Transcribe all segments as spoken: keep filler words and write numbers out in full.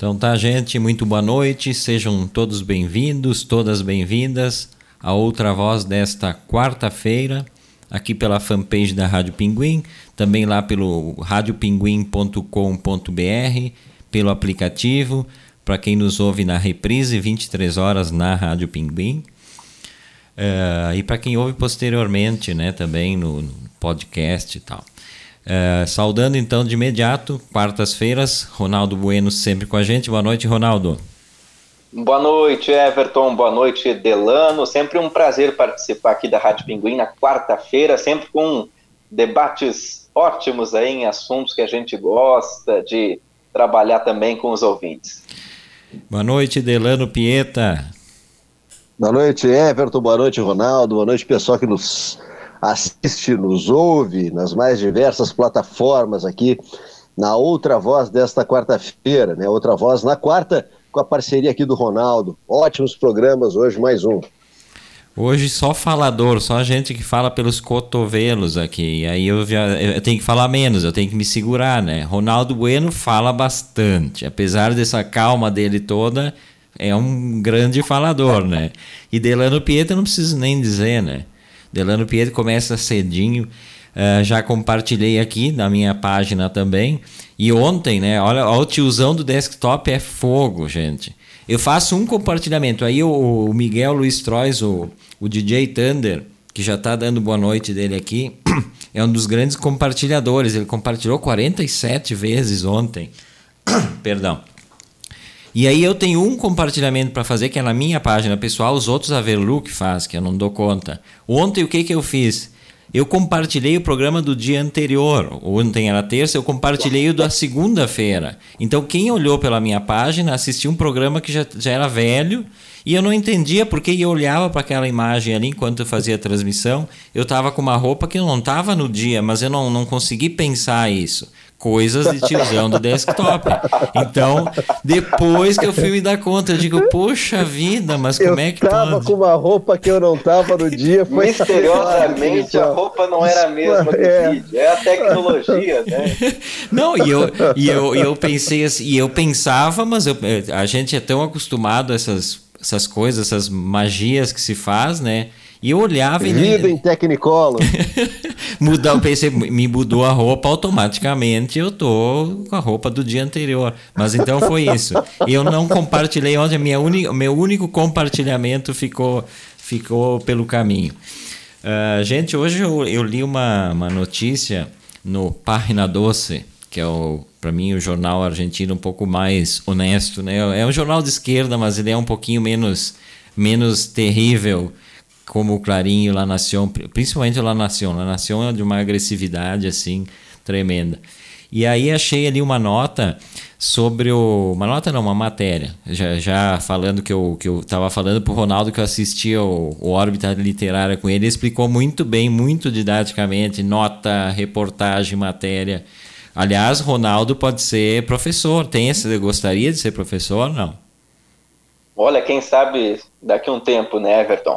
Então tá, gente, muito boa noite, sejam todos bem-vindos, todas bem-vindas a outra voz desta quarta-feira, aqui pela fanpage da Rádio Pinguim, também lá pelo rádio pinguim ponto com ponto b r, pelo aplicativo, para quem nos ouve na reprise, vinte e três horas na Rádio Pinguim, uh, e para quem ouve posteriormente, né, também no, no podcast e tal. Uh, saudando então de imediato, quartas-feiras, Ronaldo Bueno sempre com a gente. Boa noite, Ronaldo. Boa noite, Everton. Boa noite, Delano. Sempre um prazer participar aqui da Rádio Pinguim na quarta-feira, sempre com debates ótimos aí em assuntos que a gente gosta de trabalhar também com os ouvintes. Boa noite, Delano Pieta. Boa noite, Everton. Boa noite, Ronaldo. Boa noite, pessoal que nos assiste, nos ouve nas mais diversas plataformas aqui na Outra Voz desta quarta-feira, né? Outra Voz na quarta, com a parceria aqui do Ronaldo. Ótimos programas hoje, mais um. Hoje só falador, só gente que fala pelos cotovelos aqui. E aí eu, já, eu tenho que falar menos, eu tenho que me segurar, né? Ronaldo Bueno fala bastante, apesar dessa calma dele toda, é um grande falador, né? E Delano Pieta não preciso nem dizer, né? Delano Pieta começa cedinho, uh, já compartilhei aqui na minha página também. E ontem, né, olha, olha o tiozão do desktop é fogo, gente. Eu faço um compartilhamento, aí o, o Miguel Luiz Trois, o, o D J Thunder, que já está dando boa noite dele aqui, é um dos grandes compartilhadores, ele compartilhou quarenta e sete vezes ontem. Perdão. E aí eu tenho um compartilhamento para fazer, que é na minha página pessoal, os outros a Verlu que faz, que eu não dou conta. Ontem o que que eu fiz? Eu compartilhei o programa do dia anterior. Ontem era terça, eu compartilhei o da segunda-feira. Então quem olhou pela minha página assistiu um programa que já, já era velho e eu não entendia porque eu olhava para aquela imagem ali enquanto eu fazia a transmissão. Eu estava com uma roupa que eu não estava no dia, mas eu não, não consegui pensar isso. Coisas de tiozão do desktop. Então, depois que eu fui me dar conta, eu digo, poxa vida, mas como eu é que pode? Eu tava com uma roupa que eu não tava no dia. Foi misteriosamente a roupa não era a mesma do é. vídeo. É a tecnologia, né? Não, e eu, e eu, e eu pensei assim, e eu pensava, mas eu, a gente é tão acostumado a essas, essas coisas, essas magias que se faz, né? E eu olhava e... Vida em Technicolor. Mudar, eu pensei, me mudou a roupa automaticamente, eu tô com a roupa do dia anterior. Mas então foi isso. Eu não compartilhei ontem, minha uni, meu único compartilhamento ficou, ficou pelo caminho. Uh, gente, hoje eu, eu li uma, uma notícia no Página Doce, que é, para mim, o jornal argentino um pouco mais honesto, né? É um jornal de esquerda, mas ele é um pouquinho menos, menos terrível, como o Clarim e o La Nación, principalmente o La Nación. La Nación é de uma agressividade assim tremenda. E aí achei ali uma nota sobre o... Uma nota não, uma matéria. Já, já falando que eu que eu estava falando para o Ronaldo que eu assistia o, o Órbita Literária com ele. Ele explicou muito bem, muito didaticamente, nota, reportagem, matéria. Aliás, Ronaldo pode ser professor. Tem esse, gostaria de ser professor, não? Olha, quem sabe daqui a um tempo, né, Everton?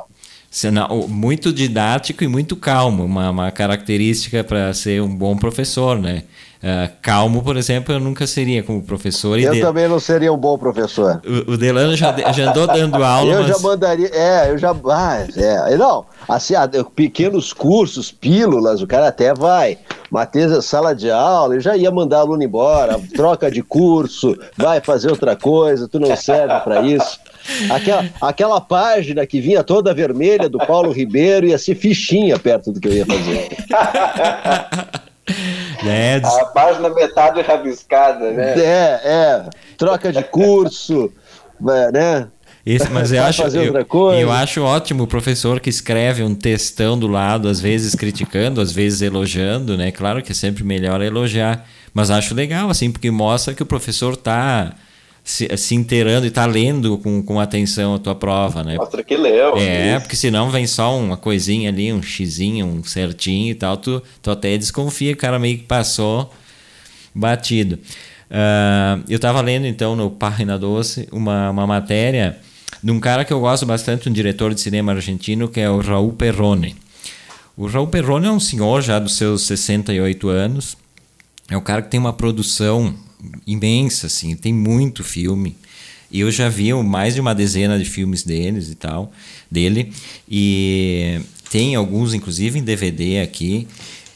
Muito didático e muito calmo, uma, uma característica para ser um bom professor, né? Uh, calmo, por exemplo, eu nunca seria como professor. Eu de... também não seria um bom professor. O, o Delano já, já andou dando aula. Eu mas... já mandaria, é, eu já, ah, é, não, assim, pequenos cursos, pílulas, o cara até vai, Matheus, sala de aula, eu já ia mandar aluno embora, troca de curso, vai fazer outra coisa, tu não serve para isso. Aquela, aquela página que vinha toda vermelha do Paulo Ribeiro ia ser fichinha perto do que eu ia fazer. É, a página metade rabiscada, né? É, é, troca de curso, né? Esse, mas eu acho, eu, eu acho ótimo o professor que escreve um textão do lado, às vezes criticando, às vezes elogiando, né? Claro que é sempre melhor elogiar, mas acho legal, assim, porque mostra que o professor está se, se inteirando e está lendo com, com atenção a tua prova, né? Mostra que leu. É, isso. Porque senão vem só uma coisinha ali, um xizinho, um certinho e tal, tu, tu até desconfia, o cara meio que passou batido. Uh, eu estava lendo, então, no Página Doce, uma, uma matéria de um cara que eu gosto bastante, um diretor de cinema argentino, que é o Raul Perrone. O Raul Perrone é um senhor já dos seus sessenta e oito anos, é um cara que tem uma produção imensa, assim, tem muito filme. Eu já vi mais de uma dezena de filmes deles e tal, dele, e tem alguns, inclusive, em D V D aqui.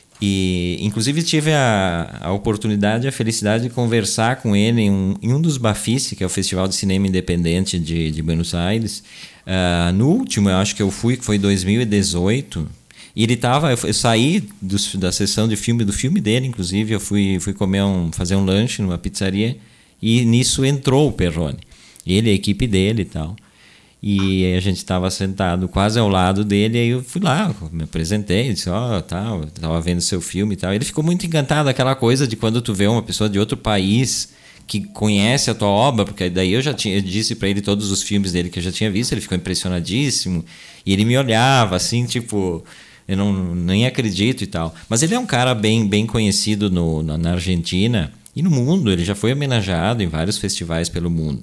E, inclusive, tive a, a oportunidade e a felicidade de conversar com ele em um, em um dos Bafisi, que é o Festival de Cinema Independente de, de Buenos Aires. Uh, no último, eu acho que eu fui, que foi em dois mil e dezoito, e ele tava, eu, eu saí do, da sessão de filme, do filme dele, inclusive, eu fui, fui comer um, fazer um lanche numa pizzaria, e nisso entrou o Perrone. Ele, a equipe dele e tal. E a gente estava sentado quase ao lado dele, aí eu fui lá, me apresentei, disse, ó, oh, tal, estava vendo seu filme e tal. Ele ficou muito encantado, aquela coisa de quando tu vê uma pessoa de outro país que conhece a tua obra, porque daí eu já tinha, eu disse para ele todos os filmes dele que eu já tinha visto, ele ficou impressionadíssimo, e ele me olhava assim, tipo, eu não, nem acredito e tal. Mas ele é um cara bem, bem conhecido no, na, na Argentina e no mundo, ele já foi homenageado em vários festivais pelo mundo.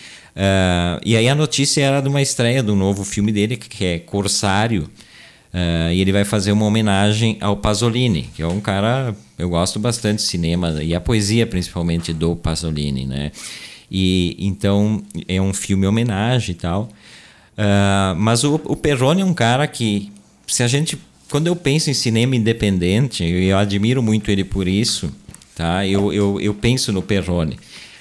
Uh, e aí a notícia era de uma estreia do novo filme dele, que é Corsário, uh, e ele vai fazer uma homenagem ao Pasolini, que é um cara, eu gosto bastante de cinema, e a poesia principalmente do Pasolini, né? E então é um filme homenagem e tal, uh, mas o, o Perrone é um cara que, se a gente, quando eu penso em cinema independente, eu, eu admiro muito ele por isso, tá? Eu, eu, eu penso no Perrone.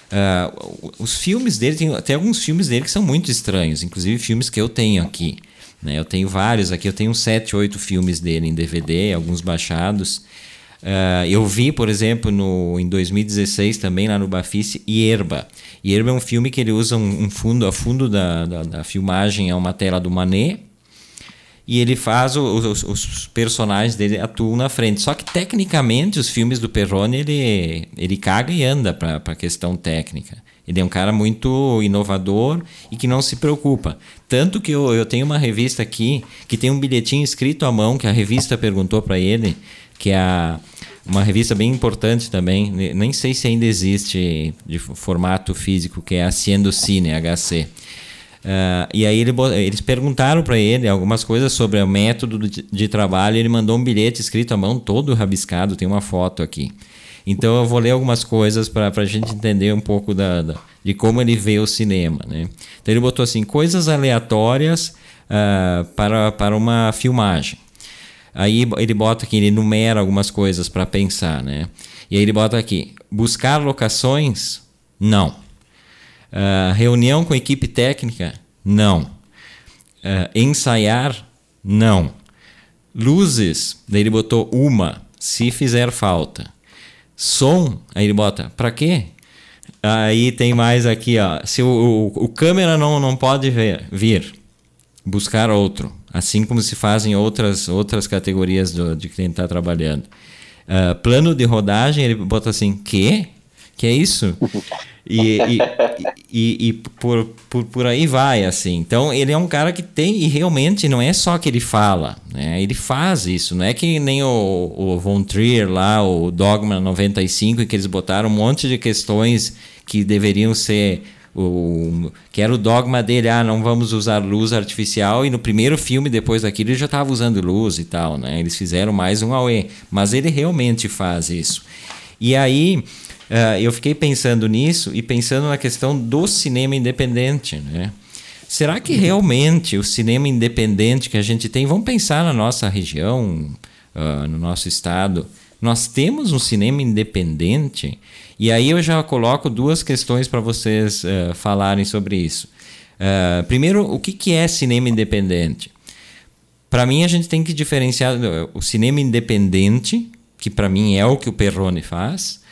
Uh, os filmes dele, tem, tem alguns filmes dele que são muito estranhos, inclusive filmes que eu tenho aqui, né? Eu tenho vários aqui, eu tenho uns sete, oito filmes dele em D V D, alguns baixados. Uh, eu vi, por exemplo, no, em dois mil e dezesseis também lá no Bafisi, Hierba. Hierba é um filme que ele usa um, um fundo, a fundo da, da, da filmagem é uma tela do Manet, e ele faz, o, os, os personagens dele atuam na frente. Só que, tecnicamente, os filmes do Perrone, ele, ele caga e anda para a questão técnica. Ele é um cara muito inovador e que não se preocupa. Tanto que eu, eu tenho uma revista aqui que tem um bilhetinho escrito à mão, que a revista perguntou para ele, que é a, uma revista bem importante também, nem sei se ainda existe de formato físico, que é Haciendo Cine, H C. Uh, e aí ele, eles perguntaram para ele algumas coisas sobre o método de, de trabalho, e ele mandou um bilhete escrito à mão, todo rabiscado, tem uma foto aqui. Então eu vou ler algumas coisas para a gente entender um pouco da, da, de como ele vê o cinema, né? Então ele botou assim, coisas aleatórias uh, para, para uma filmagem. Aí ele bota aqui, ele enumera algumas coisas para pensar, né? E aí ele bota aqui, buscar locações? Não. Uh, reunião com equipe técnica? Não. Uh, ensaiar? Não. Luzes? Daí ele botou uma, se fizer falta. Som? Aí ele bota, pra quê? Aí tem mais aqui, ó. Se o, o, o câmera não, não pode ver, vir, buscar outro. Assim como se faz em outras, outras categorias do, de quem está trabalhando. Uh, plano de rodagem, ele bota assim, quê? Que é isso? E, e, e, e por, por, por aí vai, assim. Então, ele é um cara que tem, e realmente não é só que ele fala, né? Ele faz isso. Não é que nem o, o Von Trier lá, o Dogma noventa e cinco, em que eles botaram um monte de questões que deveriam ser... O, que era o dogma dele, ah, não vamos usar luz artificial, e no primeiro filme, depois daquilo, ele já estava usando luz e tal, né? Eles fizeram mais um auê. Mas ele realmente faz isso. E aí... Uh, eu fiquei pensando nisso e pensando na questão do cinema independente, né? Será que realmente o cinema independente que a gente tem, vamos pensar na nossa região, uh, no nosso estado, nós temos um cinema independente? E aí eu já coloco duas questões para vocês uh, falarem sobre isso. Uh, primeiro, o que, que é cinema independente? Para mim, a gente tem que diferenciar o cinema independente, que para mim é o que o Perrone faz,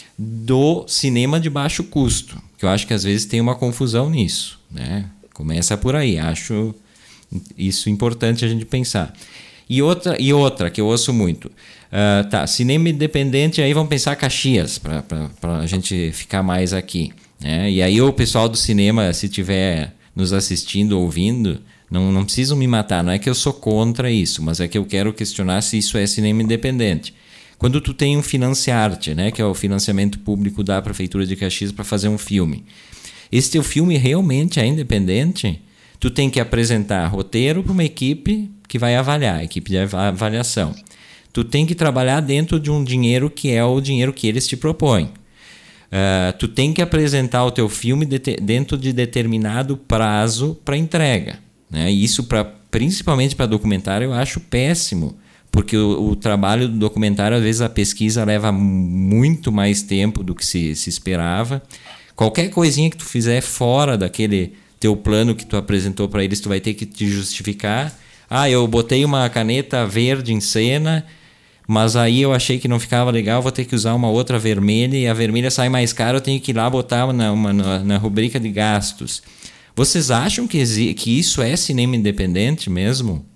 do cinema de baixo custo, que eu acho que às vezes tem uma confusão nisso, né? Começa por aí, acho isso importante a gente pensar. E outra, e outra que eu ouço muito, uh, tá, cinema independente, aí vamos pensar Caxias, para a gente ficar mais aqui, né? E aí o pessoal do cinema, se estiver nos assistindo, ouvindo, não, não precisam me matar, não é que eu sou contra isso, mas é que eu quero questionar se isso é cinema independente. Quando tu tem um financiarte, né, que é o financiamento público da Prefeitura de Caxias para fazer um filme, esse teu filme realmente é independente? Tu tem que apresentar roteiro para uma equipe que vai avaliar, equipe de avaliação. Tu tem que trabalhar dentro de um dinheiro que é o dinheiro que eles te propõem. Uh, tu tem que apresentar o teu filme de dentro de determinado prazo para entrega, né? Isso, pra, principalmente para documentário, eu acho péssimo, porque o, o trabalho do documentário, às vezes a pesquisa leva muito mais tempo do que se, se esperava. Qualquer coisinha que tu fizer fora daquele teu plano que tu apresentou para eles, tu vai ter que te justificar. Ah, eu botei uma caneta verde em cena, mas aí eu achei que não ficava legal, vou ter que usar uma outra vermelha, e a vermelha sai mais cara, eu tenho que ir lá botar na, uma, na, na rubrica de gastos. Vocês acham que, que isso é cinema independente mesmo?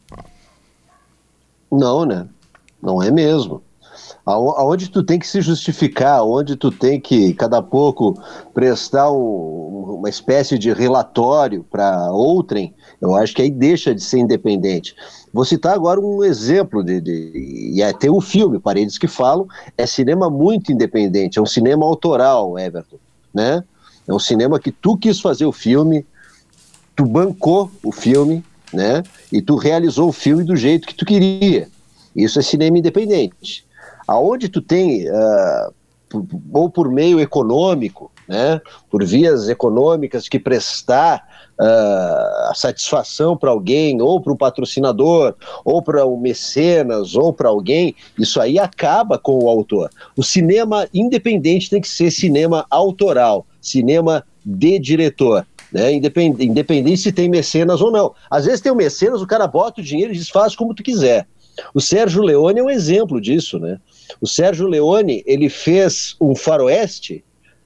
Não, né? Não é mesmo. Aonde tu tem que se justificar, onde tu tem que, cada pouco, prestar um, uma espécie de relatório para outrem, eu acho que aí deixa de ser independente. Vou citar agora um exemplo, de, de, e é, tem um filme, Paredes que Falam, é cinema muito independente, é um cinema autoral, Everton, né? É um cinema que tu quis fazer o filme, tu bancou o filme, né? E tu realizou o filme do jeito que tu queria. Isso é cinema independente. Aonde tu tem, uh, ou por meio econômico, né, por vias econômicas que prestar uh, a satisfação para alguém, ou para o patrocinador, ou para o mecenas, ou para alguém, isso aí acaba com o autor. O cinema independente tem que ser cinema autoral, cinema de diretor. Né, independente, independente se tem mecenas ou não. Às vezes tem o mecenas, o cara bota o dinheiro e diz, faz como tu quiser. O Sérgio Leone é um exemplo disso, né? O Sérgio Leone, ele fez um faroeste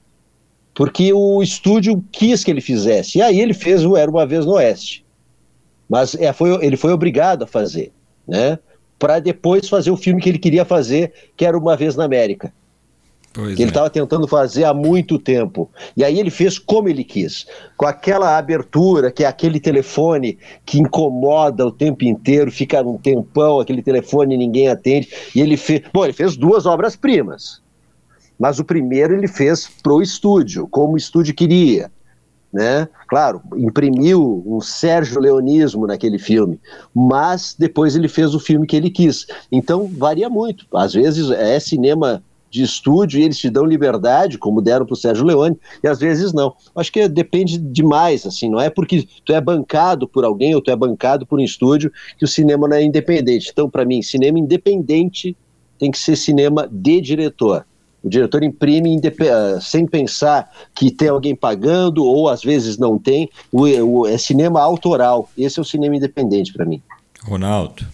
porque o estúdio quis que ele fizesse. E aí ele fez o Era Uma Vez no Oeste. Mas é, foi, ele foi obrigado a fazer, né? Para depois fazer o filme que ele queria fazer, que era Uma Vez na América. Pois que é. ele estava tentando fazer há muito tempo. E aí ele fez como ele quis, com aquela abertura, que é aquele telefone que incomoda o tempo inteiro, fica um tempão, aquele telefone e ninguém atende. E ele fez... Bom, ele fez duas obras-primas, mas o primeiro ele fez pro estúdio, como o estúdio queria, né? Claro, imprimiu um Sérgio Leonismo naquele filme, mas depois ele fez o filme que ele quis. Então varia muito. Às vezes é cinema de estúdio e eles te dão liberdade, como deram para o Sérgio Leone, e às vezes não. Acho que depende demais, assim, não é porque tu é bancado por alguém ou tu é bancado por um estúdio que o cinema não é independente. Então, para mim, cinema independente tem que ser cinema de diretor. O diretor imprime indep- sem pensar que tem alguém pagando, ou às vezes não tem. O, o, é cinema autoral. Esse é o cinema independente para mim. Ronaldo.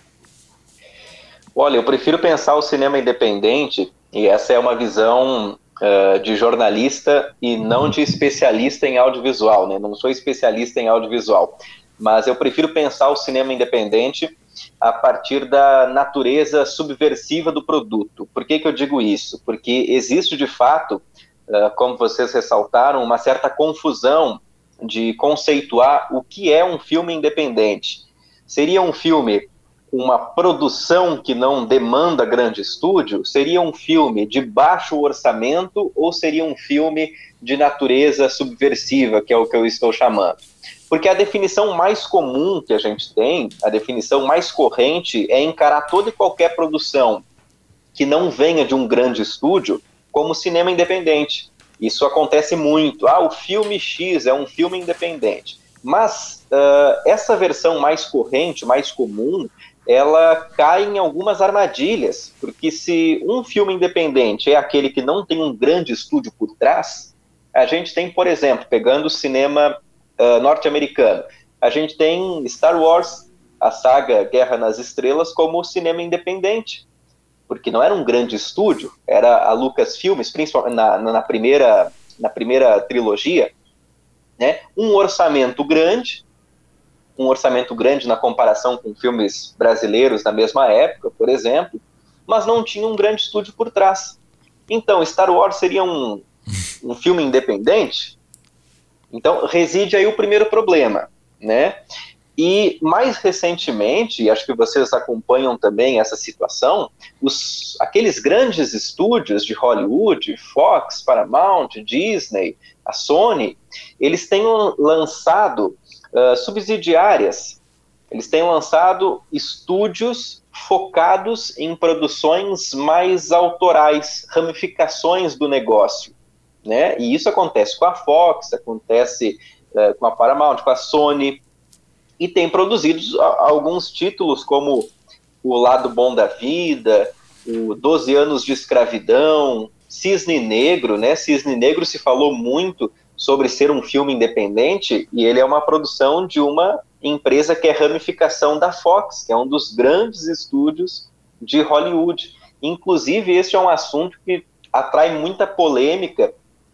Olha, eu prefiro pensar o cinema independente, e essa é uma visão uh, de jornalista e não de especialista em audiovisual, né? Não sou especialista em audiovisual, mas eu prefiro pensar o cinema independente a partir da natureza subversiva do produto. Por que que eu digo isso? Porque existe, de fato, uh, como vocês ressaltaram, uma certa confusão de conceituar o que é um filme independente. Seria um filme uma produção que não demanda grande estúdio? Seria um filme de baixo orçamento ou seria um filme de natureza subversiva, que é o que eu estou chamando? Porque a definição mais comum que a gente tem, a definição mais corrente, é encarar toda e qualquer produção que não venha de um grande estúdio como cinema independente. Isso acontece muito. Ah, o filme X é um filme independente. Mas uh, essa versão mais corrente, mais comum, ela cai em algumas armadilhas, porque se um filme independente é aquele que não tem um grande estúdio por trás, a gente tem, por exemplo, pegando o cinema uh, norte-americano, a gente tem Star Wars, a saga Guerra nas Estrelas, como cinema independente, porque não era um grande estúdio, era a Lucasfilmes, principalmente na, na, primeira, na primeira trilogia, né? Um orçamento grande, um orçamento grande na comparação com filmes brasileiros na mesma época, por exemplo, mas não tinha um grande estúdio por trás. Então, Star Wars seria um, um filme independente? Então, reside aí o primeiro problema, né? E, mais recentemente, e acho que vocês acompanham também essa situação, os, aqueles grandes estúdios de Hollywood, Fox, Paramount, Disney, a Sony, eles têm lançado Uh, subsidiárias, eles têm lançado estúdios focados em produções mais autorais, ramificações do negócio, né? E isso acontece com a Fox, acontece uh, com a Paramount, com a Sony, e tem produzido alguns títulos como O Lado Bom da Vida, o doze anos de Escravidão, Cisne Negro, né? Cisne Negro se falou muito sobre ser um filme independente, e ele é uma produção de uma empresa que é ramificação da Fox, que é um dos grandes estúdios de Hollywood. Inclusive, este é um assunto que atrai muita polêmica,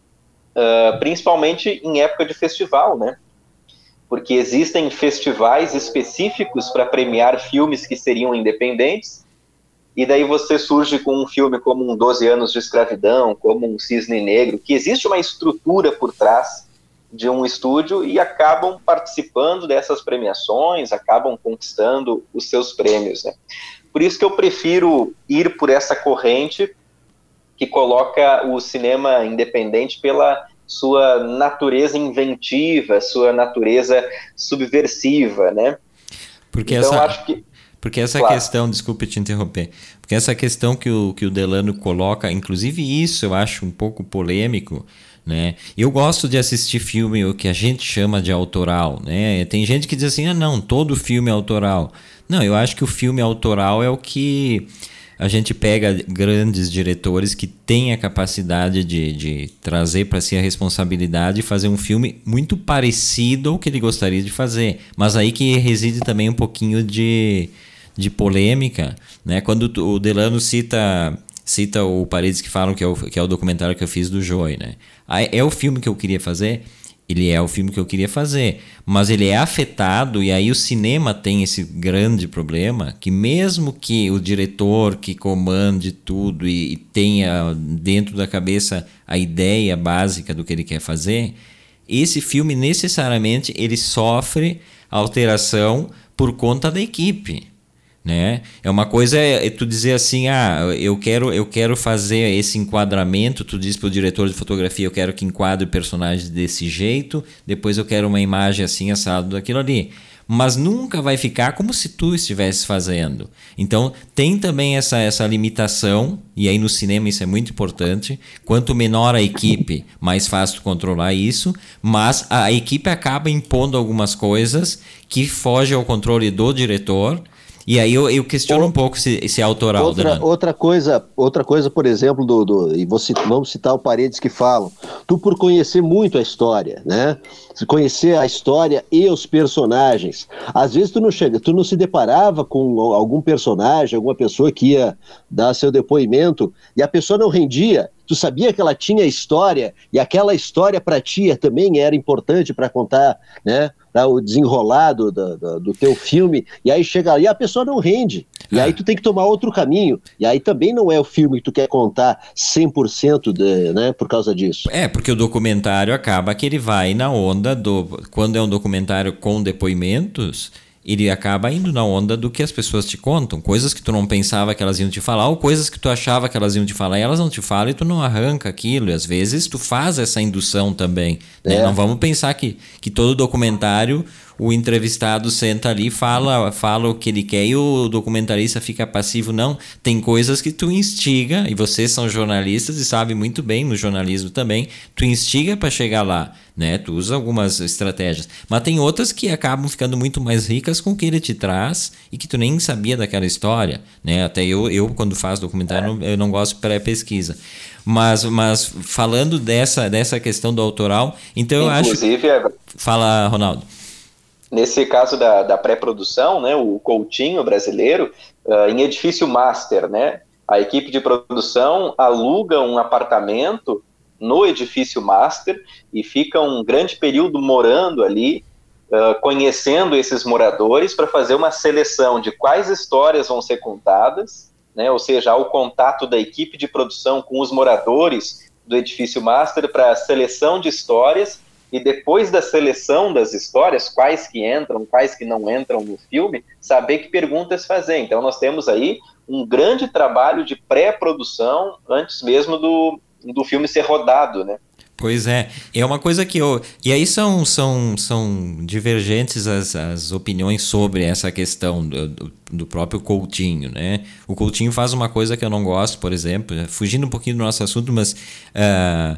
uh, principalmente em época de festival, né? Porque existem festivais específicos para premiar filmes que seriam independentes, e daí você surge com um filme como um doze anos de Escravidão, como um Cisne Negro, que existe uma estrutura por trás de um estúdio e acabam participando dessas premiações, acabam conquistando os seus prêmios, né? Por isso que eu prefiro ir por essa corrente que coloca o cinema independente pela sua natureza inventiva, sua natureza subversiva, né? Porque então, essa... acho que... Porque essa claro. questão, desculpe te interromper, porque essa questão que o, que o Delano coloca, inclusive isso eu acho um pouco polêmico, né? Eu gosto de assistir filme o que a gente chama de autoral, né? Tem gente que diz assim, ah não, todo filme é autoral. Não, eu acho que o filme autoral é o que a gente pega grandes diretores que têm a capacidade de, de trazer para si a responsabilidade e fazer um filme muito parecido ao que ele gostaria de fazer, mas aí que reside também um pouquinho de... de polêmica, né? Quando o Delano cita, cita o Paredes que Falam, que é o, que é o documentário que eu fiz do Joey, né? É o filme que eu queria fazer? Ele é o filme que eu queria fazer, mas ele é afetado, e aí o cinema tem esse grande problema, que mesmo que o diretor que comande tudo e, e tenha dentro da cabeça a ideia básica do que ele quer fazer, esse filme necessariamente ele sofre alteração por conta da equipe. Né? É uma coisa é tu dizer assim, ah, eu quero, eu quero fazer esse enquadramento, tu diz para o diretor de fotografia, eu quero que enquadre o personagem desse jeito, depois eu quero uma imagem assim, assado daquilo ali, mas nunca vai ficar como se tu estivesse fazendo. Então tem também essa, essa limitação, e aí no cinema isso é muito importante, quanto menor a equipe, mais fácil tu controlar isso, mas a equipe acaba impondo algumas coisas que fogem ao controle do diretor. E aí eu, eu questiono um pouco se, se é autoral. Outra, outra, coisa, outra coisa, por exemplo, do, do, e você, vamos citar o Paredes que Falam, tu por conhecer muito a história, né? Se conhecer a história e os personagens, às vezes tu não chega, tu não se deparava com algum personagem, alguma pessoa que ia dar seu depoimento e a pessoa não rendia. Tu sabia que ela tinha história e aquela história para ti também era importante para contar, né, o desenrolado do, do, do teu filme, e aí chega ali, a pessoa não rende, e aí tu tem que tomar outro caminho, e aí também não é o filme que tu quer contar cem por cento, de, né, por causa disso. É, porque o documentário acaba que ele vai na onda do... Quando é um documentário com depoimentos, ele acaba indo na onda do que as pessoas te contam, coisas que tu não pensava que elas iam te falar, ou coisas que tu achava que elas iam te falar e elas não te falam e tu não arranca aquilo, e às vezes tu faz essa indução também, né? É. Não vamos pensar que, que todo documentário o entrevistado senta ali e fala, fala o que ele quer e o documentarista fica passivo. Não, tem coisas que tu instiga, e vocês são jornalistas e sabem muito bem no jornalismo também, tu instiga para chegar lá, né? Tu usa algumas estratégias, mas tem outras que acabam ficando muito mais ricas com o que ele te traz e que tu nem sabia daquela história, né? Até eu, eu quando faço documentário, eu não gosto de pré-pesquisa. Mas, mas falando dessa, dessa questão do autoral, então eu Inclusive, acho... É... Fala, Ronaldo. Nesse caso da, da pré-produção, né, o Coutinho brasileiro, uh, em edifício master, né, a equipe de produção aluga um apartamento no edifício master e fica um grande período morando ali, uh, conhecendo esses moradores para fazer uma seleção de quais histórias vão ser contadas, né, ou seja, há o contato da equipe de produção com os moradores do edifício master para a seleção de histórias. E depois da seleção das histórias, quais que entram, quais que não entram no filme, saber que perguntas fazer. Então nós temos aí um grande trabalho de pré-produção antes mesmo do, do filme ser rodado, né? Pois é, é uma coisa que eu... E aí são, são, são divergentes as, as opiniões sobre essa questão do, do, do próprio Coutinho, né? O Coutinho faz uma coisa que eu não gosto, por exemplo, fugindo um pouquinho do nosso assunto, mas... Uh,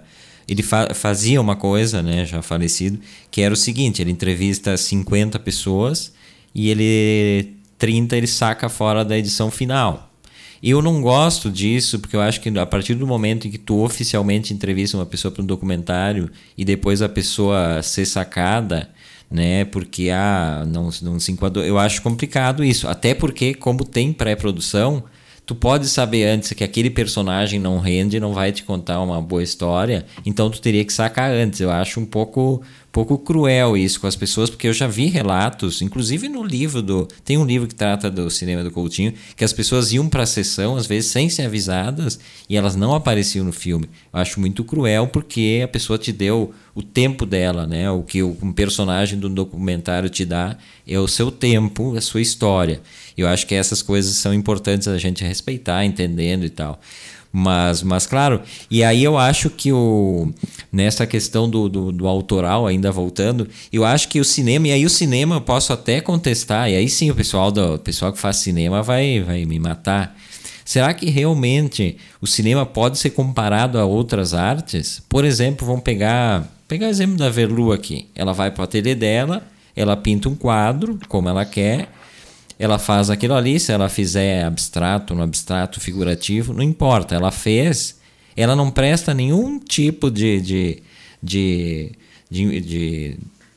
ele fa- fazia uma coisa, né, já falecido, que era o seguinte, ele entrevista cinquenta pessoas e ele trinta ele saca fora da edição final. Eu não gosto disso, porque eu acho que a partir do momento em que tu oficialmente entrevista uma pessoa para um documentário e depois a pessoa ser sacada, né, porque ah, não, não se enquadrou, eu acho complicado isso, até porque como tem pré-produção, tu pode saber antes que aquele personagem não rende, não vai te contar uma boa história, então tu teria que sacar antes. Eu acho um pouco, pouco cruel isso com as pessoas, porque eu já vi relatos, inclusive no livro do... Tem um livro que trata do cinema do Coutinho, que as pessoas iam para a sessão, às vezes sem ser avisadas, e elas não apareciam no filme. Eu acho muito cruel, porque a pessoa te deu o tempo dela, né? O que um personagem do documentário te dá é o seu tempo, a sua história. Eu acho que essas coisas são importantes a gente respeitar, entendendo e tal. Mas, mas claro, e aí eu acho que o, nessa questão do, do, do autoral, ainda voltando, eu acho que o cinema, e aí o cinema eu posso até contestar, e aí sim o pessoal, do, o pessoal que faz cinema vai, vai me matar. Será que realmente o cinema pode ser comparado a outras artes? Por exemplo, vamos pegar, pegar o exemplo da Verlu aqui. Ela vai para o ateliê dela, ela pinta um quadro, como ela quer, ela faz aquilo ali, se ela fizer abstrato, no abstrato, figurativo, não importa, ela fez, ela não presta nenhum tipo de, de, de, de, de,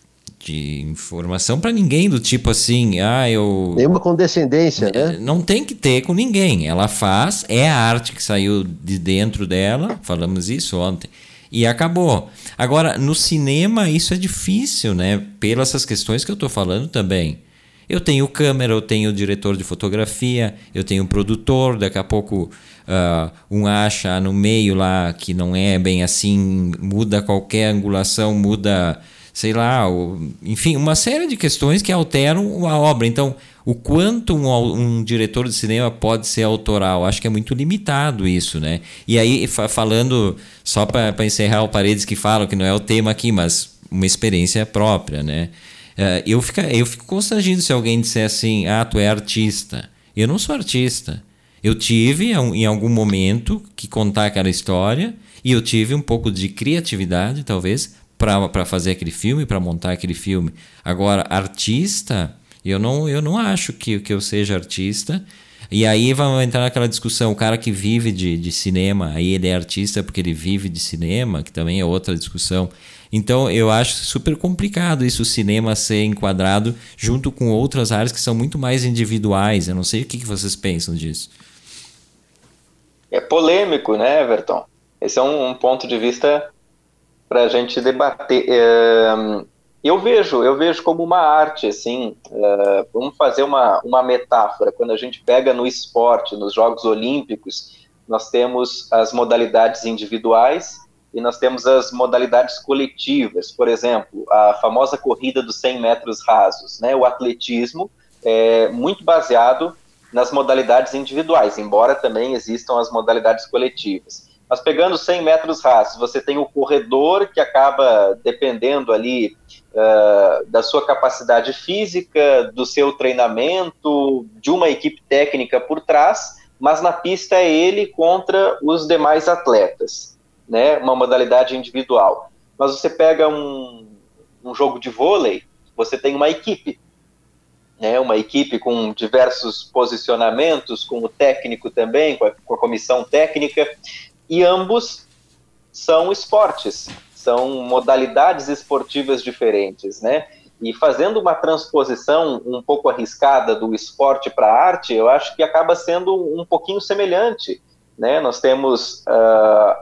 de informação para ninguém, do tipo assim, ah, eu... Nenhuma condescendência, né? Não tem que ter com ninguém, ela faz, é a arte que saiu de dentro dela, falamos isso ontem, e acabou. Agora, no cinema isso é difícil, né, pelas essas questões que eu estou falando também. Eu tenho câmera, eu tenho diretor de fotografia, eu tenho produtor, daqui a pouco uh, um acha no meio lá que não é bem assim, muda qualquer angulação, muda, sei lá, o, enfim, uma série de questões que alteram a obra. Então, o quanto um, um diretor de cinema pode ser autoral, acho que é muito limitado isso, né? E aí, fa- falando, só para encerrar o Paredes que falam que não é o tema aqui, mas uma experiência própria, né? Uh, eu, fico, eu fico constrangido se alguém disser assim, ah, tu é artista. Eu não sou artista. Eu tive, em algum momento, que contar aquela história e eu tive um pouco de criatividade, talvez, para fazer aquele filme, para montar aquele filme. Agora, artista, eu não, eu não acho que, que eu seja artista. E aí vamos entrar naquela discussão, o cara que vive de, de cinema, aí ele é artista porque ele vive de cinema, que também é outra discussão. Então eu acho super complicado isso, o cinema ser enquadrado junto com outras áreas que são muito mais individuais. Eu não sei o que vocês pensam disso. É polêmico, né, Everton? Esse é um, um ponto de vista para a gente debater. É, eu vejo, eu vejo como uma arte, assim, é, vamos fazer uma, uma metáfora. Quando a gente pega no esporte, nos Jogos Olímpicos, nós temos as modalidades individuais e nós temos as modalidades coletivas. Por exemplo, a famosa corrida dos cem metros rasos, né? O atletismo é muito baseado nas modalidades individuais, embora também existam as modalidades coletivas. Mas pegando cem metros rasos, você tem o corredor que acaba dependendo ali uh, da sua capacidade física, do seu treinamento, de uma equipe técnica por trás, mas na pista é ele contra os demais atletas, né? Uma modalidade individual. Mas você pega um, um jogo de vôlei, você tem uma equipe, né? Uma equipe com diversos posicionamentos, com o técnico também, com a, com a comissão técnica, e ambos são esportes, são modalidades esportivas diferentes, né? E fazendo uma transposição um pouco arriscada do esporte para a arte, eu acho que acaba sendo um pouquinho semelhante, né? Nós temos uh,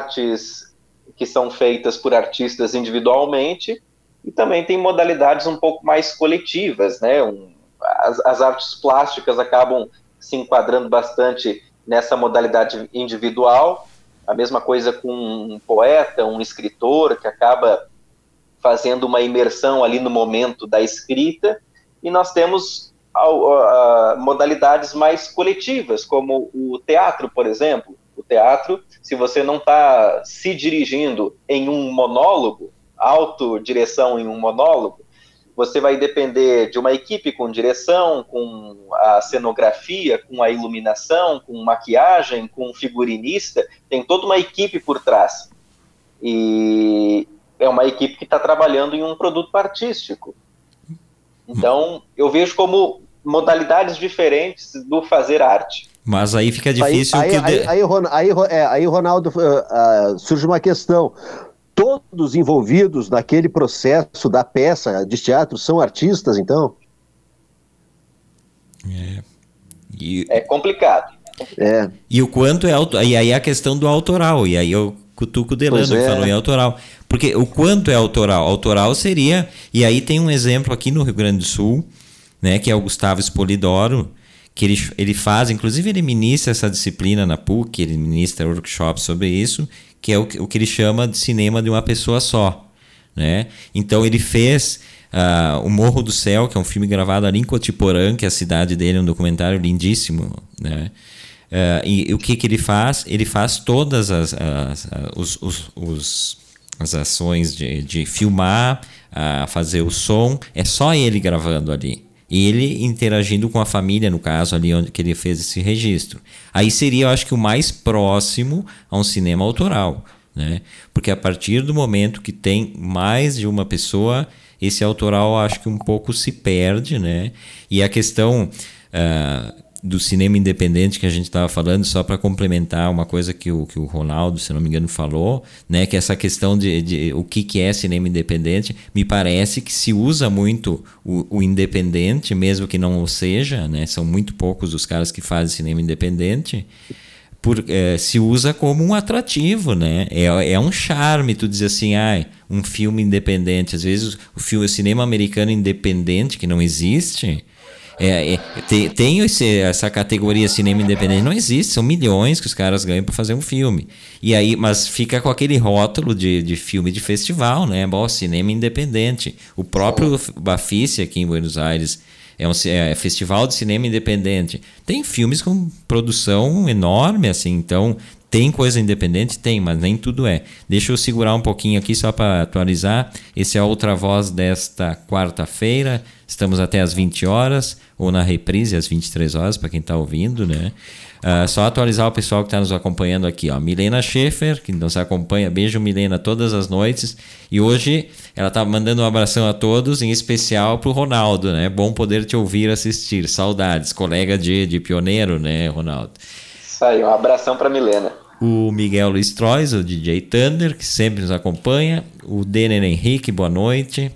artes que são feitas por artistas individualmente e também tem modalidades um pouco mais coletivas, né? Um, as, as artes plásticas acabam se enquadrando bastante nessa modalidade individual. A mesma coisa com um poeta, um escritor, que acaba fazendo uma imersão ali no momento da escrita, e nós temos a, a, a, modalidades mais coletivas, como o teatro, por exemplo. O teatro, se você não está se dirigindo em um monólogo, autodireção em um monólogo, você vai depender de uma equipe com direção, com a cenografia, com a iluminação, com maquiagem, com um figurinista, tem toda uma equipe por trás. e é uma equipe que está trabalhando em um produto artístico. Então, eu vejo como modalidades diferentes do fazer arte. Mas aí fica difícil... Aí, que aí, de... aí, aí, aí, é, aí Ronaldo, uh, uh, surge uma questão. Todos envolvidos naquele processo da peça de teatro são artistas, então? É, e... é complicado. É. E o quanto é... Auto... E aí a questão do autoral, e aí eu cutuco o Delano, que é. falou em autoral. Porque o quanto é autoral? Autoral seria... E aí tem um exemplo aqui no Rio Grande do Sul, né, que é o Gustavo Spolidoro, que ele, ele faz, inclusive ele ministra essa disciplina na P U C, ele ministra workshops sobre isso, que é o, o que ele chama de cinema de uma pessoa só, né? Então ele fez uh, O Morro do Céu, que é um filme gravado ali em Cotiporã, que é a cidade dele, um documentário lindíssimo, né? Uh, e, e o que, que ele faz? Ele faz todas as, as, as, os, os, os, as ações de, de filmar, uh, fazer o som, é só ele gravando ali. E ele interagindo com a família, no caso, ali onde que ele fez esse registro. Aí seria, eu acho que o mais próximo a um cinema autoral, né? Porque a partir do momento que tem mais de uma pessoa, esse autoral, eu acho que um pouco se perde, né? E a questão uh, do cinema independente que a gente estava falando, só para complementar uma coisa que o, que o Ronaldo, se não me engano, falou, né, que essa questão de, de o que, que é cinema independente, me parece que se usa muito o, o independente, mesmo que não o seja, né, são muito poucos os caras que fazem cinema independente, por, é, se usa como um atrativo, né? É, é um charme, tu dizer assim, ah, um filme independente, às vezes o, filme, o cinema americano independente, que não existe... É, é, tem tem esse, essa categoria cinema independente, não existe, são milhões que os caras ganham para fazer um filme. E aí, mas fica com aquele rótulo de, de filme de festival, né? Bom, cinema independente. O próprio Bafice aqui em Buenos Aires é um é, festival de cinema independente. Tem filmes com produção enorme, assim, então tem coisa independente? Tem, mas nem tudo é. Deixa eu segurar um pouquinho aqui só para atualizar. Esse é a Outra Voz desta quarta-feira. Estamos até às vinte horas, ou na reprise às vinte e três horas, para quem está ouvindo, né? Uh, só atualizar o pessoal que está nos acompanhando aqui, ó. Milena Schaefer, que nos acompanha. Beijo, Milena, todas as noites. E hoje ela está mandando um abração a todos, em especial para o Ronaldo, né? Bom poder te ouvir assistir. Saudades, colega de, de pioneiro, né, Ronaldo? Isso aí, um abração para Milena. O Miguel Luiz Trois, o D J Thunder, que sempre nos acompanha. O Denner Henrique, boa noite.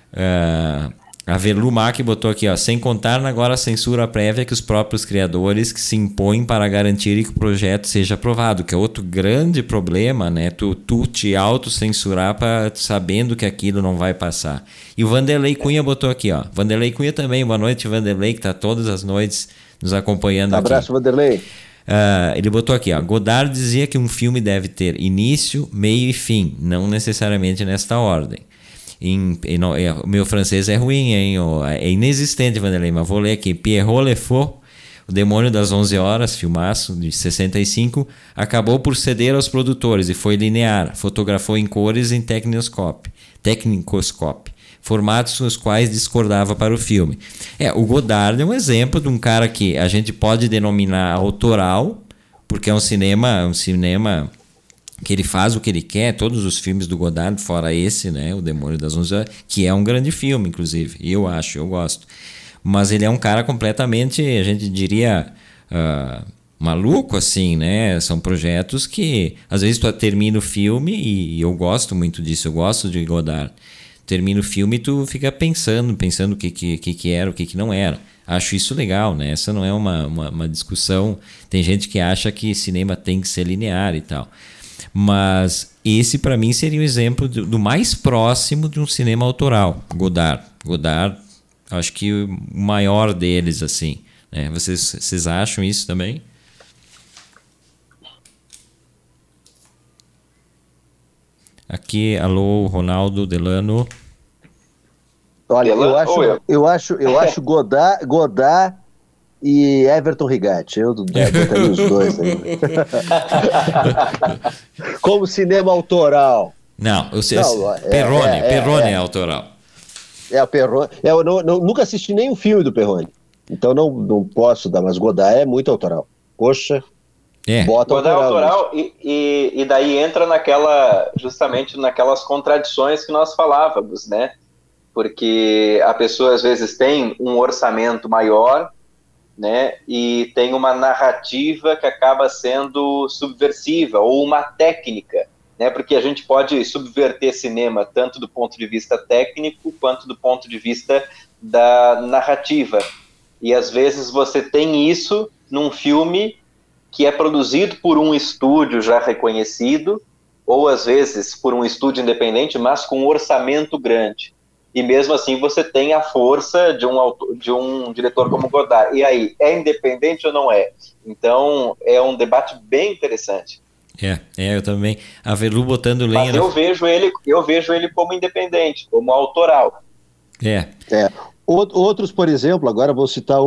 Uh, a Velu Mac botou aqui, ó, sem contar agora a censura prévia que os próprios criadores que se impõem para garantir que o projeto seja aprovado, que é outro grande problema, né? Tu, tu te autocensurar pra, sabendo que aquilo não vai passar. E o Vanderlei Cunha botou aqui, ó. Vanderlei Cunha também, boa noite, Vanderlei, que está todas as noites nos acompanhando aqui. Abraço, Vanderlei. Uh, ele botou aqui, ó, Godard dizia que um filme deve ter início, meio e fim, não necessariamente nesta ordem. Em, em, é, o meu francês é ruim, hein? É inexistente, Vanderlei, mas vou ler aqui. Pierrot Le Faux, O Demônio das onze horas, filmaço de sessenta e cinco, acabou por ceder aos produtores e foi linear, fotografou em cores em Techniscope, Technicoscope, formatos nos quais discordava para o filme. É, o Godard é um exemplo de um cara que a gente pode denominar autoral, porque é um cinema, um cinema que ele faz o que ele quer, todos os filmes do Godard, fora esse, né, O Demônio das onze horas, que é um grande filme, inclusive, eu acho, eu gosto. Mas ele é um cara completamente, a gente diria, uh, maluco, assim, né? São projetos que, às vezes, tu termina o filme, e eu gosto muito disso, eu gosto de Godard. Termina o filme e tu fica pensando, pensando o que, que, que era, o que, que não era. Acho isso legal, né? Essa não é uma, uma, uma discussão. Tem gente que acha que cinema tem que ser linear e tal. Mas esse, para mim, seria um exemplo do, do mais próximo de um cinema autoral. Godard. Godard, acho que o maior deles, assim. Né? Vocês, vocês acham isso também? Aqui, alô, Ronaldo, Delano. Olha, eu acho, eu? eu acho, eu acho Godard, Godard e Everton Rigatti. Eu botaria os dois aí. Como cinema autoral. Não, eu sei, não é, Perrone, é, Perrone é, é, é autoral. É, o Perrone. É, eu não, não, nunca assisti nenhum filme do Perrone. Então não, não posso dar, mas Godard é muito autoral. Poxa. É. Bota Botar autoral. autoral e, e, e daí entra naquela, justamente naquelas contradições que nós falávamos, né? Porque a pessoa às vezes tem um orçamento maior, né? E tem uma narrativa que acaba sendo subversiva, ou uma técnica, né? Porque a gente pode subverter cinema tanto do ponto de vista técnico quanto do ponto de vista da narrativa. E às vezes você tem isso num filme que é produzido por um estúdio já reconhecido, ou às vezes por um estúdio independente, mas com um orçamento grande. E mesmo assim você tem a força de um, autor, de um diretor como Godard. E aí, é independente ou não é? Então, é um debate bem interessante. É, é, eu também. A Verlu botando lenha... Mas eu, na... vejo ele, eu vejo ele como independente, como autoral. É. é. Outros, por exemplo, agora vou citar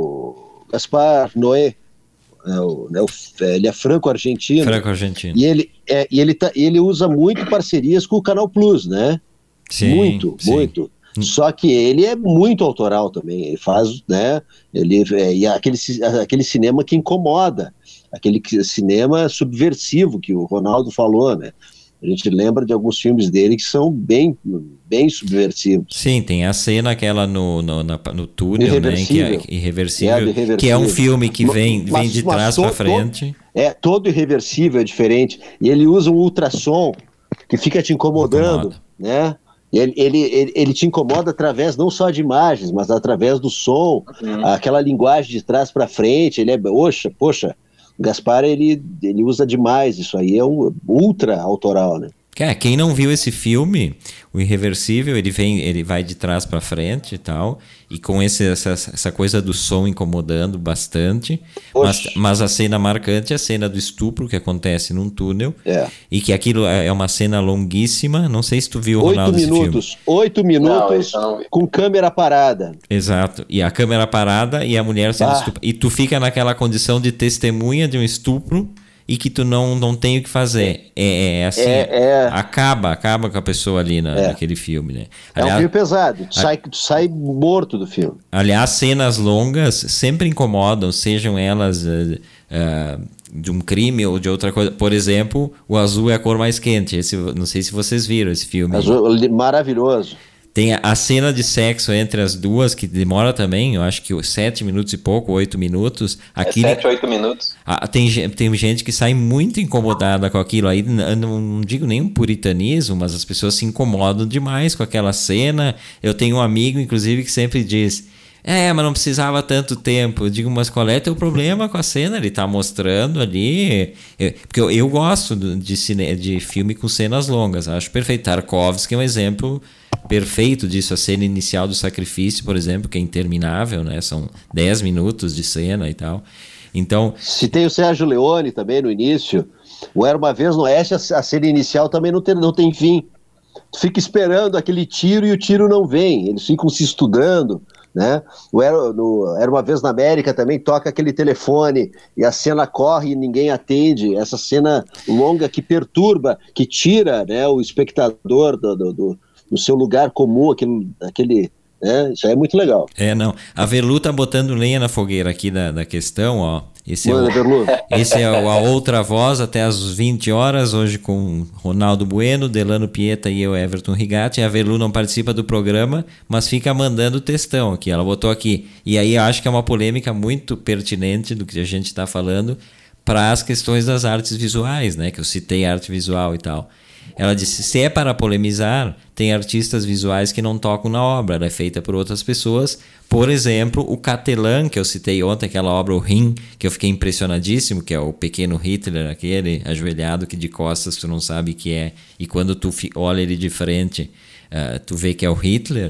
o Gaspar Noé. É o, é o, ele é franco-argentino. Franco-argentino. E, ele, é, e ele, tá, ele usa muito parcerias com o Canal Plus, né? Sim, muito, sim. muito. Só que ele é muito autoral também. Ele faz, né? Ele, é, e aquele, aquele cinema que incomoda, aquele cinema subversivo que o Ronaldo falou, né? A gente lembra de alguns filmes dele que são bem, bem subversivos. Sim, tem a cena aquela no, no, na, no túnel, né? Que é irreversível, é, irreversível. Que é um filme que vem, mas, vem de trás para frente. É, todo irreversível é diferente. E ele usa um ultrassom que fica te incomodando, Incomoda. né? Ele, ele, ele, ele te incomoda através não só de imagens, mas através do som, uhum. aquela linguagem de trás para frente. Ele é, poxa, poxa. O Gaspar, ele, ele usa demais isso aí, é um ultra autoral, né? É, quem não viu esse filme, o Irreversível, ele vem, ele vai de trás para frente e tal, e com esse, essa, essa coisa do som incomodando bastante, mas, mas a cena marcante é a cena do estupro que acontece num túnel, é. e que aquilo é uma cena longuíssima, não sei se tu viu, oito Ronaldo, minutos, esse filme. Oito minutos não, não com câmera parada. Exato, e a câmera parada e a mulher sendo ah. estuprada, e tu fica naquela condição de testemunha de um estupro, e que tu não, não tem o que fazer. É, é assim, é, é... acaba, acaba com a pessoa ali na, é. naquele filme, né? Aliás, é um filme pesado, tu, a... sai, tu sai morto do filme. Aliás, cenas longas sempre incomodam, sejam elas uh, uh, de um crime ou de outra coisa. Por exemplo, o azul é a cor mais quente. Esse, não sei se vocês viram esse filme. Azul, maravilhoso. Tem a, a cena de sexo entre as duas, que demora também, eu acho que sete minutos e pouco, oito minutos. Aquilo, é sete, oito minutos. A, tem, tem gente que sai muito incomodada com aquilo. Aí não, não digo nem um puritanismo, mas as pessoas se incomodam demais com aquela cena. Eu tenho um amigo, inclusive, que sempre diz... É, mas não precisava tanto tempo. Eu digo, mas qual é teu problema com a cena? Ele tá mostrando ali... Eu, porque eu, eu gosto de, cine, de filme com cenas longas. Acho perfeito. Tarkovsky é um exemplo... perfeito disso, a cena inicial do sacrifício, por exemplo, que é interminável, né? São dez minutos de cena e tal. Então... Se tem o Sérgio Leone também no início, o Era Uma Vez no Oeste, a cena inicial também não tem, não tem fim. Tu fica esperando aquele tiro e o tiro não vem. Eles ficam se estudando, né? O Era, no, Era Uma Vez na América também toca aquele telefone e a cena corre e ninguém atende. Essa cena longa que perturba, que tira, né, o espectador do... do, do no seu lugar comum, aquele, aquele né? Isso aí é muito legal. É, não. A Verlu tá botando lenha na fogueira aqui da, da questão, ó. Esse Mano, é, o, Verlu. esse é o, a Outra Voz, até às vinte horas, hoje com Ronaldo Bueno, Delano Pieta e eu, Everton Rigatti. A Verlu não participa do programa, mas fica mandando textão aqui. Ela botou aqui. E aí eu acho que é uma polêmica muito pertinente do que a gente está falando para as questões das artes visuais, né? Que eu citei arte visual e tal. Ela disse, se é para polemizar, tem artistas visuais que não tocam na obra, ela é feita por outras pessoas. Por exemplo, o Catelan, que eu citei ontem, aquela obra, o Rim, que eu fiquei impressionadíssimo, que é o pequeno Hitler, aquele ajoelhado que de costas tu não sabe que é, e quando tu olha ele de frente, uh, tu vê que é o Hitler,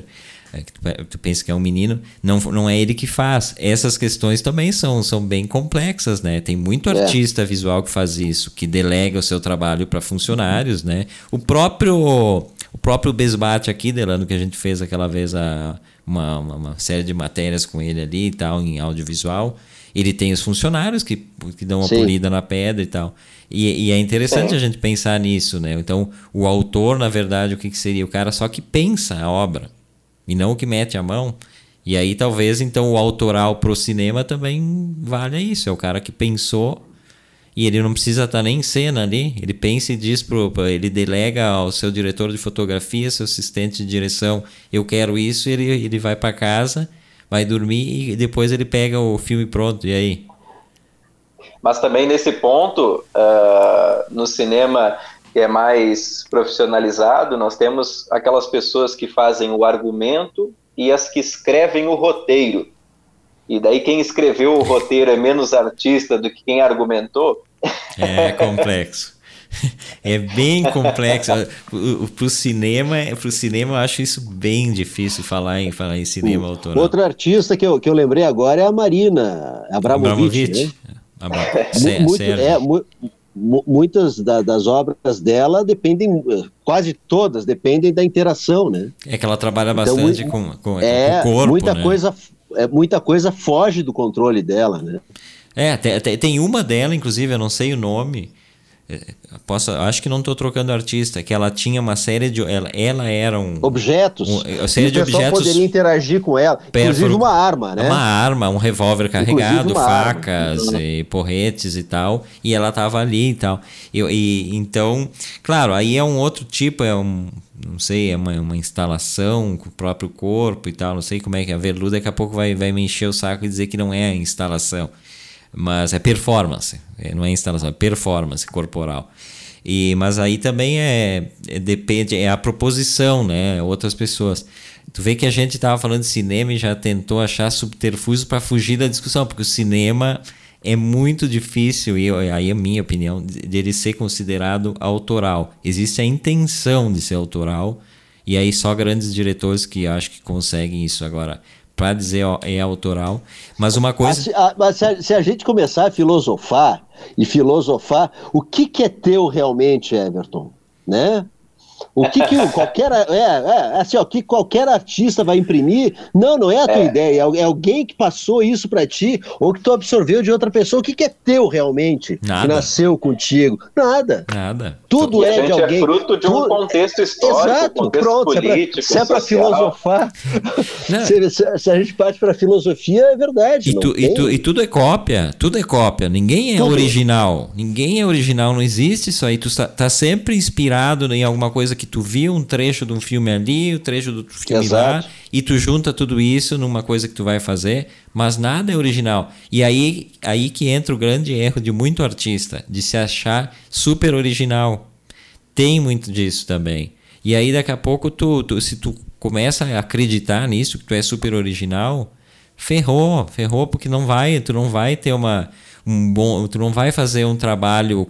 uh, tu pensa que é um menino, não, não é ele que faz. Essas questões também são, são bem complexas, né? Tem muito é. artista visual que faz isso, que delega o seu trabalho para funcionários, né? O próprio, o próprio Besbate aqui, Delano, que a gente fez aquela vez a, uma, uma, uma série de matérias com ele ali e tal, em audiovisual, ele tem os funcionários que, que dão uma Sim. polida na pedra e tal. E, e é interessante Sim. a gente pensar nisso, né? Então, o autor, na verdade, o que, que seria? O cara só que pensa a obra. E não o que mete a mão. E aí talvez então o autoral pro cinema também valha isso. É o cara que pensou e ele não precisa estar nem em cena ali, ele pensa e diz pro, ele delega ao seu diretor de fotografia, seu assistente de direção, eu quero isso, e ele, ele vai para casa, vai dormir e depois ele pega o filme pronto, e aí? Mas também nesse ponto, uh, no cinema que é mais profissionalizado, nós temos aquelas pessoas que fazem o argumento e as que escrevem o roteiro. E daí quem escreveu o roteiro é menos artista do que quem argumentou. É complexo. É bem complexo. Para o cinema, pro cinema eu acho isso bem difícil falar em, falar em cinema autoral. Outra artista que eu, que eu lembrei agora é a Marina Abramovic. Abramovic. Né? Abra... Sé, muito, é, mu, muitas da, das obras dela dependem, quase todas dependem da interação, né? É que ela trabalha então, bastante muito, com, com, é, com o corpo, muita né? coisa É, muita coisa foge do controle dela, né? É, tem, tem uma dela, inclusive, eu não sei o nome, posso, acho que não estou trocando artista, que ela tinha uma série de... Ela, ela era um... Objetos. Um, uma série e de o pessoal objetos... poderia interagir com ela, inclusive uma arma, né? Uma arma, um revólver carregado, uma facas arma. e porretes e tal, e ela estava ali e tal. E, e, então, claro, aí é um outro tipo, é um... Não sei, é uma, uma instalação com o próprio corpo e tal, não sei como é que é. A Verlu daqui a pouco vai, vai me encher o saco e dizer que não é instalação, mas é performance, é, não é instalação, é performance corporal. E, mas aí também é, é, depende, é a proposição, né? Outras pessoas. Tu vê que a gente estava falando de cinema e já tentou achar subterfúgios para fugir da discussão, porque o cinema é muito difícil, e aí é a minha opinião, de ele ser considerado autoral. Existe a intenção de ser autoral, e aí só grandes diretores que acho que conseguem isso agora, para dizer ó, é autoral. Mas uma coisa... Mas, a, mas se, a, se a gente começar a filosofar, e filosofar, o que, que é teu realmente, Everton? Né? O que, que qualquer é, é, assim, ó, que qualquer artista vai imprimir, não, não é a tua é. ideia, é alguém que passou isso pra ti, ou que tu absorveu de outra pessoa. O que, que é teu realmente? Nada. Que nasceu contigo? Nada. Nada. Tudo é de alguém. É fruto de um tu... contexto histórico, Exato, contexto pronto, político, se é pra filosofar, se, se, se a gente parte pra filosofia, é verdade. E, tu, tem... e, tu, e tudo é cópia, tudo é cópia, ninguém é tudo. original, ninguém é original, não existe isso aí, tu tá, tá sempre inspirado em alguma coisa que tu viu, um trecho de um filme ali, o um trecho do filme Exato. lá, e tu junta tudo isso numa coisa que tu vai fazer, mas nada é original. E aí, aí que entra o grande erro de muito artista, de se achar super original. Tem muito disso também. E aí daqui a pouco, tu, tu, se tu começa a acreditar nisso, que tu é super original, ferrou, ferrou, porque não vai, tu não vai ter uma, um bom, tu não vai fazer um trabalho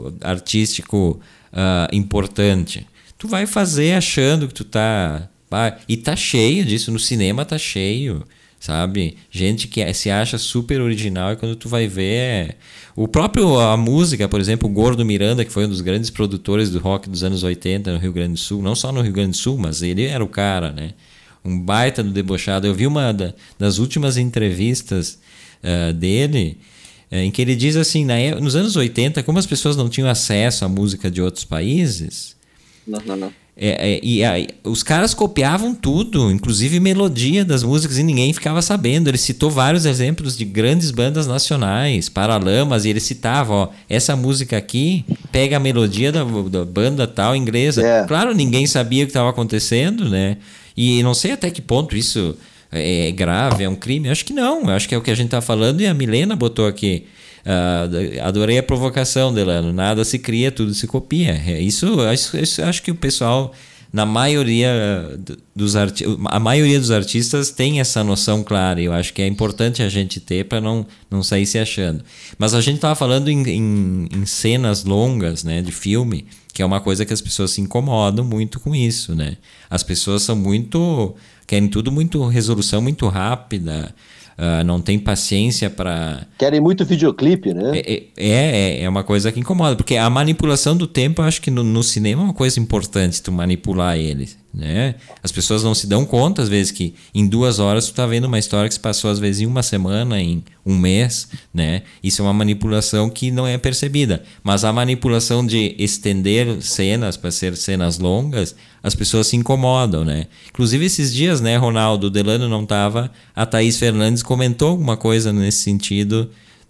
artístico uh, importante. Tu vai fazer achando que tu tá... Vai, e tá cheio disso, no cinema tá cheio, sabe? Gente que se acha super original e quando tu vai ver... É... O próprio, a música, por exemplo, o Gordo Miranda, que foi um dos grandes produtores do rock dos anos oitenta no Rio Grande do Sul, não só no Rio Grande do Sul, mas ele era o cara, né? Um baita do debochado. Eu vi uma da, das últimas entrevistas uh, dele, uh, em que ele diz assim, na, nos anos oitenta, como as pessoas não tinham acesso à música de outros países... Não, não, não. É, é, e aí, os caras copiavam tudo, inclusive melodia das músicas, e ninguém ficava sabendo. Ele citou vários exemplos de grandes bandas nacionais, Paralamas, e ele citava, ó, essa música aqui pega a melodia da, da banda tal inglesa. É. Claro, ninguém sabia o que estava acontecendo, né? E não sei até que ponto isso é grave, é um crime. Eu acho que não, eu acho que é o que a gente está falando, e a Milena botou aqui. Uh, adorei a provocação, Delano. Nada se cria, tudo se copia. Isso, isso, isso acho que o pessoal, na maioria dos arti- a maioria dos artistas tem essa noção clara. E eu acho que é importante a gente ter para não, não sair se achando. Mas a gente estava falando em, em, em cenas longas, né, de filme, que é uma coisa que as pessoas se incomodam muito com isso, né? As pessoas são muito... querem tudo muito... resolução muito rápida. Uh, não tem paciência para... Querem muito videoclipe, né? É, é, é uma coisa que incomoda, porque a manipulação do tempo, eu acho que no, no cinema é uma coisa importante, tu manipular ele, né? As pessoas não se dão conta, às vezes, que em duas horas tu tá vendo uma história que se passou, às vezes, em uma semana, em um mês, né? Isso é uma manipulação que não é percebida. Mas a manipulação de estender cenas para ser cenas longas, as pessoas se incomodam, né? Inclusive, esses dias, né, Ronaldo, o Delano não tava, a Thaís Fernandes comentou alguma coisa nesse sentido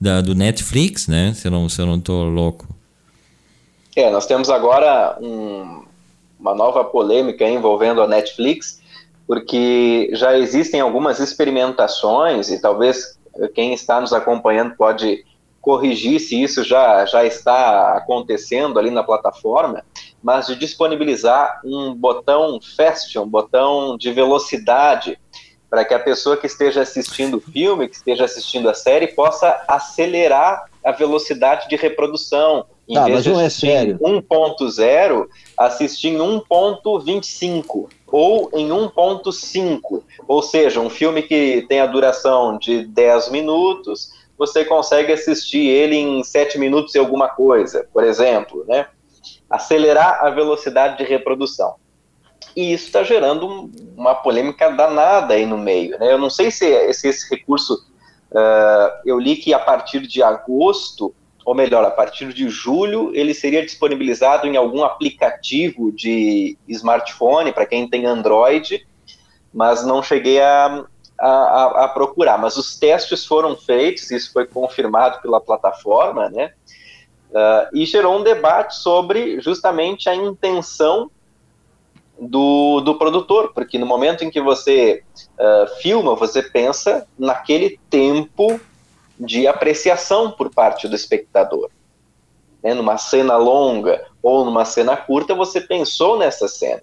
da, do Netflix, né? Se eu não, se eu não tô louco. É, nós temos agora um, uma nova polêmica envolvendo a Netflix, porque já existem algumas experimentações, e talvez quem está nos acompanhando pode corrigir se isso já, já está acontecendo ali na plataforma, mas de disponibilizar um botão fast, um botão de velocidade, para que a pessoa que esteja assistindo o filme, que esteja assistindo a série, possa acelerar a velocidade de reprodução. Em ah, vez mas de não é assistir sério. em um ponto zero, assistir em um ponto vinte e cinco ou em um ponto cinco. Ou seja, um filme que tem a duração de dez minutos, você consegue assistir ele em sete minutos e alguma coisa, por exemplo, né? Acelerar a velocidade de reprodução. E isso está gerando uma polêmica danada aí no meio, né? Eu não sei se, se esse recurso, uh, eu li que a partir de agosto, ou melhor, a partir de julho, ele seria disponibilizado em algum aplicativo de smartphone, para quem tem Android, mas não cheguei a, a, a procurar. Mas os testes foram feitos, isso foi confirmado pela plataforma, né? Uh, e gerou um debate sobre justamente a intenção do, do produtor, porque no momento em que você uh, filma, você pensa naquele tempo de apreciação por parte do espectador. Né? Numa cena longa ou numa cena curta, você pensou nessa cena.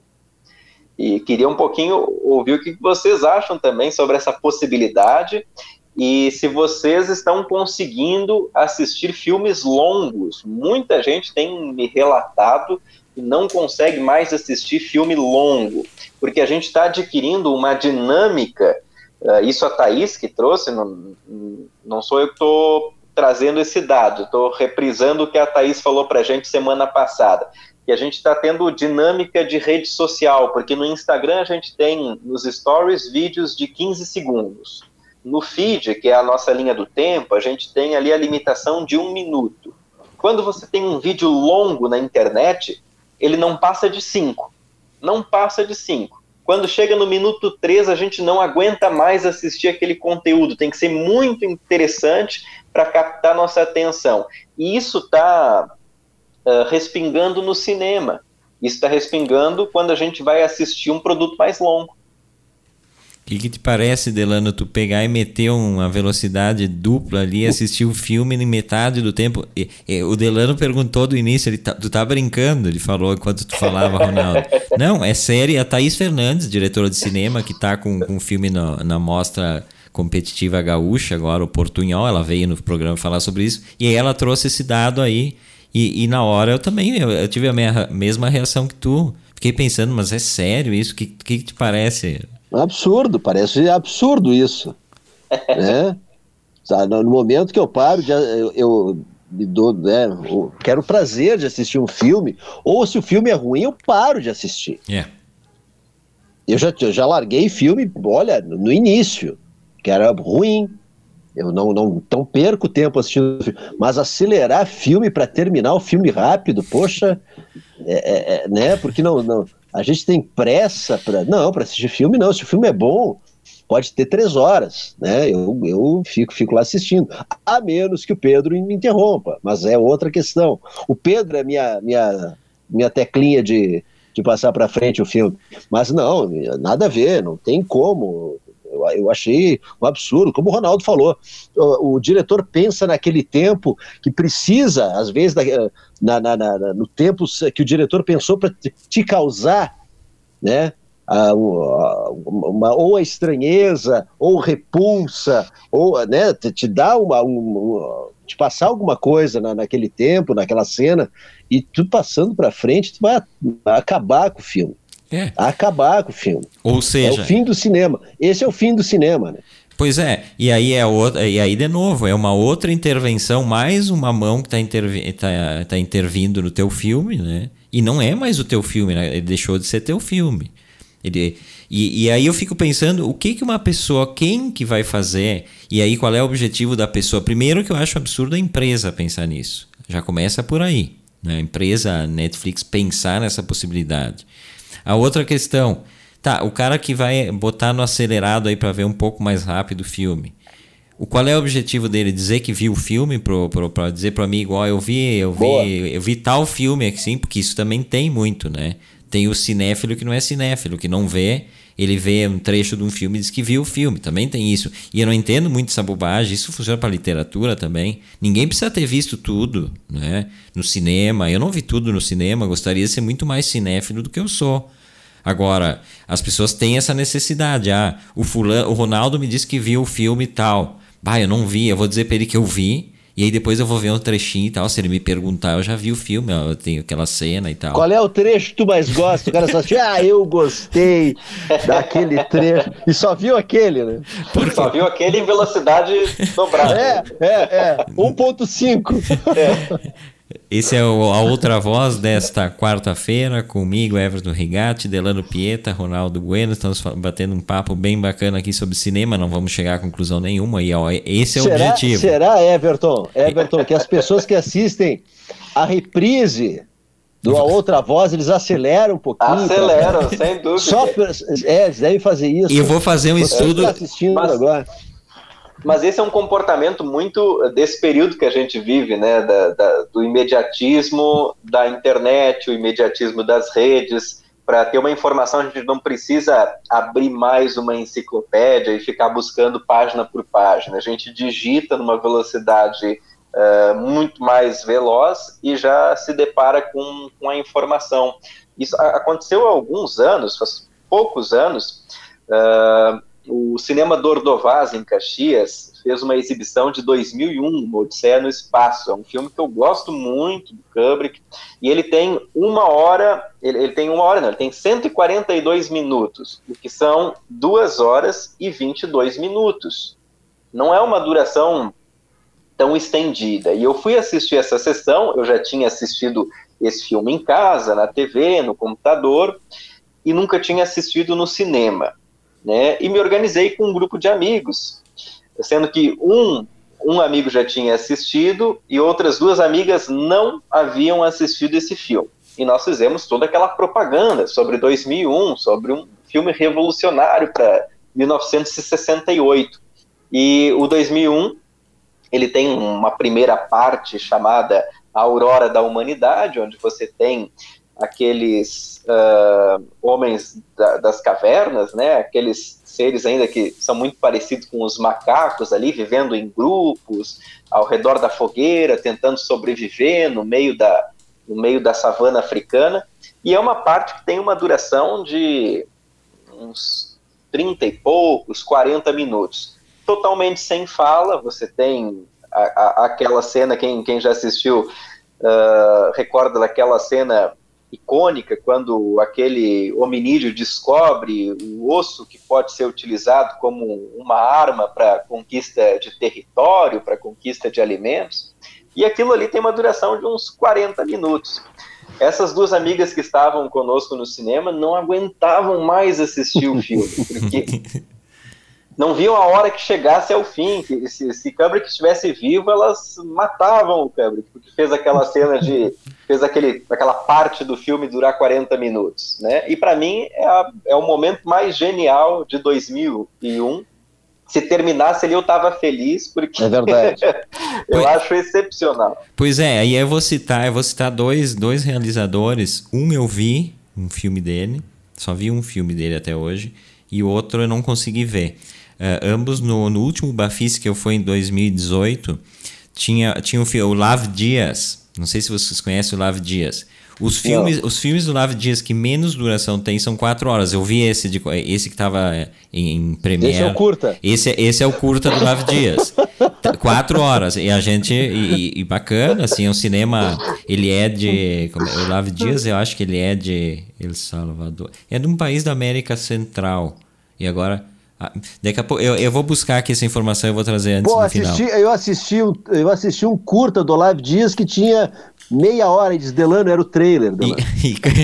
E queria um pouquinho ouvir o que vocês acham também sobre essa possibilidade e se vocês estão conseguindo assistir filmes longos. Muita gente tem me relatado que não consegue mais assistir filme longo, porque a gente está adquirindo uma dinâmica. Uh, isso a Thaís que trouxe, não, não sou eu que estou trazendo esse dado, estou reprisando o que a Thaís falou para a gente semana passada, que a gente está tendo dinâmica de rede social, porque no Instagram a gente tem nos stories vídeos de quinze segundos, no feed, que é a nossa linha do tempo, a gente tem ali a limitação de um minuto. Quando você tem um vídeo longo na internet, ele não passa de cinco, não passa de cinco. Quando chega no minuto três, a gente não aguenta mais assistir aquele conteúdo. Tem que ser muito interessante para captar nossa atenção. E isso está uh, respingando no cinema. Isso está respingando quando a gente vai assistir um produto mais longo. O que, que te parece, Delano, tu pegar e meter uma velocidade dupla ali, assistir o filme em metade do tempo? E, e, o Delano perguntou do início, ele tá, tu tá brincando, ele falou enquanto tu falava, Ronaldo. Não, é sério, a Thaís Fernandes, diretora de cinema, que tá com um filme no, na mostra competitiva gaúcha agora, o Portunhol, ela veio no programa falar sobre isso, e aí ela trouxe esse dado aí, e, e na hora eu também, eu, eu tive a minha, mesma reação que tu. Fiquei pensando, mas é sério isso? O que, que, que te parece? Absurdo, parece absurdo isso. Né? No momento que eu paro, de, eu, eu me dou, né, eu quero o prazer de assistir um filme, ou se o filme é ruim, eu paro de assistir. Yeah. Eu, já, eu já larguei filme, olha, no início, que era ruim, eu não, não, não perco tempo assistindo filme, mas acelerar filme para terminar o filme rápido, poxa, é, é, né, porque não... não a gente tem pressa para... Não, para assistir filme não. Se o filme é bom, pode ter três horas, né? Eu, eu fico, fico lá assistindo. A menos que o Pedro me interrompa, mas é outra questão. O Pedro é minha, minha, minha teclinha de, de passar para frente o filme. Mas não, nada a ver, não tem como. Eu, eu achei um absurdo, como o Ronaldo falou. O, o diretor pensa naquele tempo que precisa, às vezes, da, na, na, na, no tempo que o diretor pensou para te causar, né, a, a, uma, ou a estranheza, ou repulsa, ou, né, te, te dá uma, uma, te passar alguma coisa na, naquele tempo, naquela cena, e tu passando para frente, tu vai, vai acabar com o filme. É. Acabar com o filme. Ou seja... É o fim do cinema. Esse é o fim do cinema, né? Pois é, e aí é outra, e aí de novo, é uma outra intervenção, mais uma mão que está intervi tá, tá intervindo no teu filme, né? E não é mais o teu filme, né? Ele deixou de ser teu filme. Ele, e, e aí eu fico pensando, o que que uma pessoa, quem que vai fazer? E aí qual é o objetivo da pessoa? Primeiro que eu acho absurdo a empresa pensar nisso. Já começa por aí, né? A empresa, a Netflix, pensar nessa possibilidade. A outra questão, tá, o cara que vai botar no acelerado aí para ver um pouco mais rápido o filme, O, qual é o objetivo dele? Dizer que viu o filme para dizer pro amigo, ó, oh, eu vi, eu vi, eu vi tal filme assim, porque isso também tem muito, né? Tem o cinéfilo que não é cinéfilo, que não vê, ele vê um trecho de um filme e diz que viu o filme, também tem isso. E eu não entendo muito essa bobagem, isso funciona para literatura também. Ninguém precisa ter visto tudo, né? No cinema, eu não vi tudo no cinema, gostaria de ser muito mais cinéfilo do que eu sou. Agora, as pessoas têm essa necessidade, ah, o fulano, o Ronaldo me disse que viu o filme e tal. Bah, eu não vi, eu vou dizer pra ele que eu vi, e aí depois eu vou ver um trechinho e tal. Se ele me perguntar, eu já vi o filme, eu tenho aquela cena e tal. Qual é o trecho que tu mais gosta? O cara só assistiu, ah, eu gostei daquele trecho. E só viu aquele, né? Porque... Só viu aquele em velocidade dobrada. É, é, é. um ponto cinco. É. Esse é o, a outra voz desta quarta-feira, comigo, Everton Rigatti, Delano Pieta, Ronaldo Bueno. Estamos batendo um papo bem bacana aqui sobre cinema, não vamos chegar a conclusão nenhuma, e ó, esse é será, o objetivo. Será, Everton, Everton, que as pessoas que assistem a reprise do A Outra Voz, eles aceleram um pouquinho. Aceleram, pra... sem dúvida. Só, é, eles devem fazer isso. E eu vou fazer um Você estudo... está assistindo mas... agora. Mas esse é um comportamento muito desse período que a gente vive, né? Da, da, do imediatismo da internet, o imediatismo das redes. Para ter uma informação, a gente não precisa abrir mais uma enciclopédia e ficar buscando página por página. A gente digita numa velocidade uh, muito mais veloz e já se depara com, com a informação. Isso aconteceu há alguns anos, faz poucos anos. Uh, O Cinema do Ordovás, em Caxias, fez uma exibição de dois mil e um, Odisseia no Espaço. É um filme que eu gosto muito do Kubrick. E ele tem uma hora, ele, ele tem uma hora não, ele tem cento e quarenta e dois minutos, o que são duas horas e vinte e dois minutos. Não é uma duração tão estendida. E eu fui assistir essa sessão, eu já tinha assistido esse filme em casa, na T V, no computador, e nunca tinha assistido no cinema. Né, e me organizei com um grupo de amigos, sendo que um, um amigo já tinha assistido e outras duas amigas não haviam assistido esse filme. E nós fizemos toda aquela propaganda sobre dois mil e um, sobre um filme revolucionário para mil novecentos e sessenta e oito. E o dois mil e um, ele tem uma primeira parte chamada A Aurora da Humanidade, onde você tem aqueles uh, homens da, das cavernas, né, aqueles seres ainda que são muito parecidos com os macacos ali, vivendo em grupos, ao redor da fogueira, tentando sobreviver no meio da, no meio da savana africana, e é uma parte que tem uma duração de uns trinta e poucos, quarenta minutos, totalmente sem fala. Você tem a, a, aquela cena, quem, quem já assistiu uh, recorda daquela cena icônica, quando aquele hominídeo descobre o osso que pode ser utilizado como uma arma para conquista de território, para conquista de alimentos, e aquilo ali tem uma duração de uns quarenta minutos. Essas duas amigas que estavam conosco no cinema não aguentavam mais assistir o filme, porque não viam a hora que chegasse ao fim, que se, se Kubrick estivesse vivo, elas matavam o Kubrick, porque fez aquela cena de... fez aquele, aquela parte do filme durar quarenta minutos, né? E para mim é, a, é o momento mais genial de dois mil e um. Se terminasse ali eu estava feliz, porque é verdade. eu pois, acho excepcional. Pois é, aí eu vou citar, eu vou citar dois, dois realizadores. Um eu vi, um filme dele, só vi um filme dele até hoje, e o outro eu não consegui ver. Uh, ambos no, no último Bafis, que eu fui em dois mil e dezoito, tinha, tinha um filme, o Lav Dias. Não sei se vocês conhecem o Lav Dias. Os filmes, os filmes do Lav Dias que menos duração tem são quatro horas. Eu vi esse, de, esse que estava em, em Premiere. Esse é o curta. Esse, esse é o curta do Lav Dias. Quatro horas. E a gente... E, e bacana, assim, é um cinema... Ele é de... Como é, o Lav Dias, eu acho que ele é de El Salvador. É de um país da América Central. E agora... Ah, daqui a pouco eu, eu vou buscar aqui essa informação e eu vou trazer antes. Pô, no assisti, final. Eu assisti, um, eu assisti um curta do Lav Dias que tinha meia hora e diz, Delano, era o trailer. E,